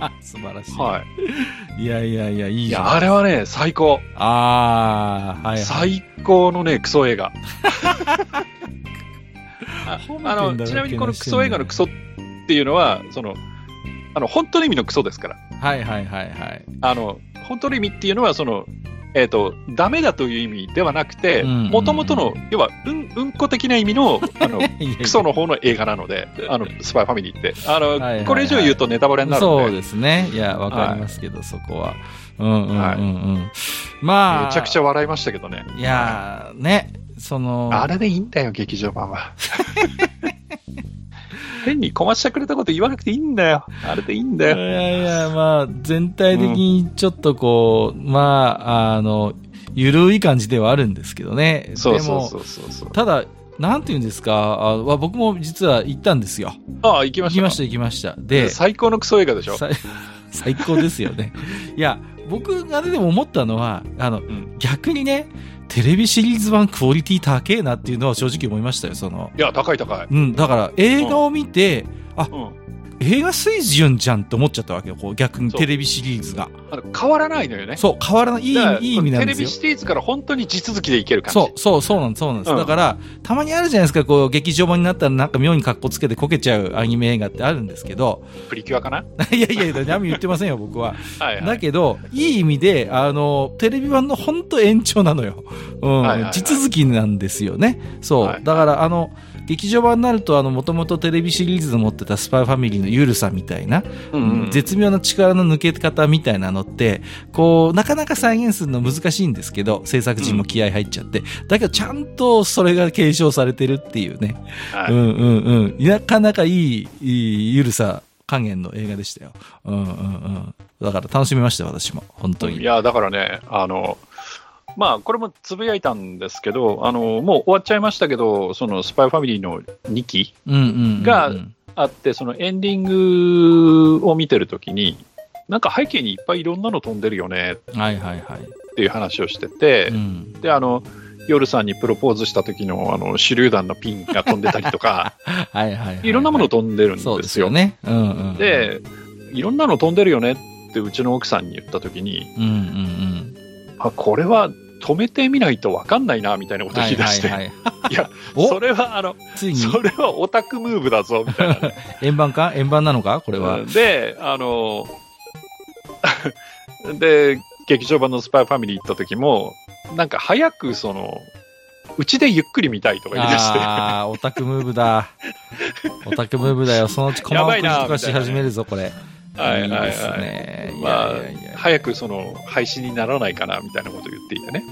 素晴らしい。 はい。 いや、いいじゃん。 いや、あれはね、最高。最高のね、クソ映画。ちなみにこのクソ映画のクソっていうのは、その、本当の意味のクソですから。 はい。 本当の意味っていうのは、その、 ダメだという意味ではなくて、もともとの、要は、うんこ的な意味の、クソの方の映画なので、スパイファミリーって。これ以上言うとネタバレになるので。 そうですね。いや、わかりますけど、そこは。 まあ。めちゃくちゃ笑いましたけどね。 いやね、 あれでいいんだよ、劇場版は。変にこましてくれたこと言わなくていいんだよ。あれでいいんだよ。 いや、まあ、全体的にちょっとこう、まあ、ゆるい感じではあるんですけどね。 そう。 ただ、なんていうんですか、僕も実は行ったんですよ。 行きました。で、 最高のクソ映画でしょ？ 最高ですよね。いや、僕がでも思ったのは、逆にね、テレビシリーズ版クオリティ高えなっていうのは正直思いましたよ、 いや、高い。 だから映画を見て、映画水準じゃんって思っちゃったわけよ、逆にテレビシリーズが。 変わらないのよね。 そう、変わらない。いい意味なんですよ。 テレビシリーズから本当に地続きでいける感じ。 そうなんです。だから、たまにあるじゃないですか、劇場版になったらなんか妙に格好つけてこけちゃうアニメ映画ってあるんですけど。 プリキュアかな？ いや、何言ってませんよ、僕は。だけど、いい意味で、テレビ版の本当延長なのよ。地続きなんですよね。そう。だから、劇場版になるともともとテレビシリーズで持ってたスパイファミリーのゆるさみたいな、絶妙な力の抜け方みたいなのってこうなかなか再現するの難しいんですけど、制作陣も気合入っちゃって、だけどちゃんとそれが継承されてるっていうね、なかなかいいゆるさ加減の映画でしたよ。だから楽しみましたよ、私も本当に。 いや、だからね、まあ、これもつぶやいたんですけど、もう終わっちゃいましたけど、そのスパイファミリーの2期があって、そのエンディングを見てるときに、なんか背景にいっぱいいろんなの飛んでるよねっていう話をしてて、で、夜さんにプロポーズした時の手榴弾のピンが飛んでたりとか、いろんなもの飛んでるんですよ。 そうですよね。 で、いろんなの飛んでるよねってうちの奥さんに言った時に、これは止めてみないと分かんないなみたいなことを言い出して、いや、それはそれはオタクムーブだぞみたいな、ね。 円盤なのかこれは。 で、で、劇場版のスパイファミリー行った時も、なんか早くうちでゆっくり見たいとか言い出して。 オタクムーブだ。オタクムーブだよ。そのうち細かくとかし始めるぞ、これ。早く廃止にならないかなみたいなことを言っていてね。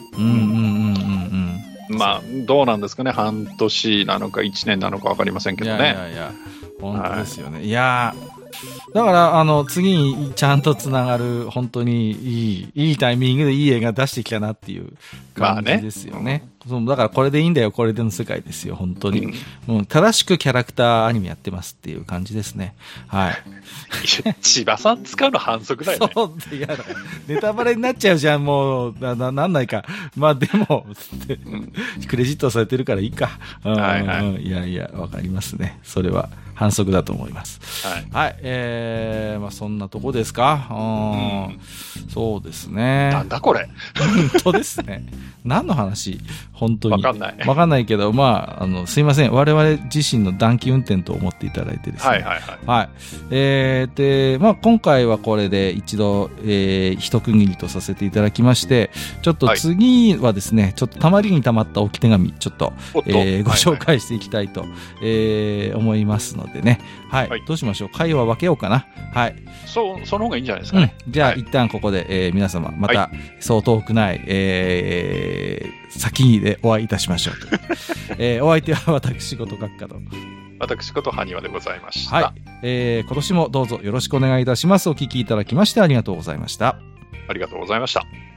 まあどうなんですかね、半年なのか1年なのか分かりませんけどね。 本当ですよね。いやだから次にちゃんとつながる本当にいいタイミングでいい映画出してきたなっていう感じですよね。だからこれでいいんだよ、これでの世界ですよ、本当に。正しくキャラクターアニメやってますっていう感じですね。 千葉さん使うの反則だよね。 そういやネタバレになっちゃうじゃん、もうなんないか。まあでもクレジットされてるからいいか。いやわかりますね。それは反則だと思います。まあそんなとこですか。そうですね。 なんだこれ。 本当ですね。何の話？本当に。 わかんない。 わかんないけど、まあ、すいません。我々自身の短期運転と思っていただいてですね。で、まあ、今回はこれで一度、一区切りとさせていただきまして、ちょっと次はですね、ちょっとたまりにたまった置き手紙、ちょっと、ご紹介していきたいと、思いますのでね。どうしましょう。会話分けようかな。 その方がいいんじゃないですかね。 じゃあ、一旦ここで、皆様、また、そう遠くない、先にでお会いいたしましょうと。お相手は私事学科の私こと埴輪でございました。 今年もどうぞよろしくお願いいたします。お聞きいただきましてありがとうございました。 ありがとうございました。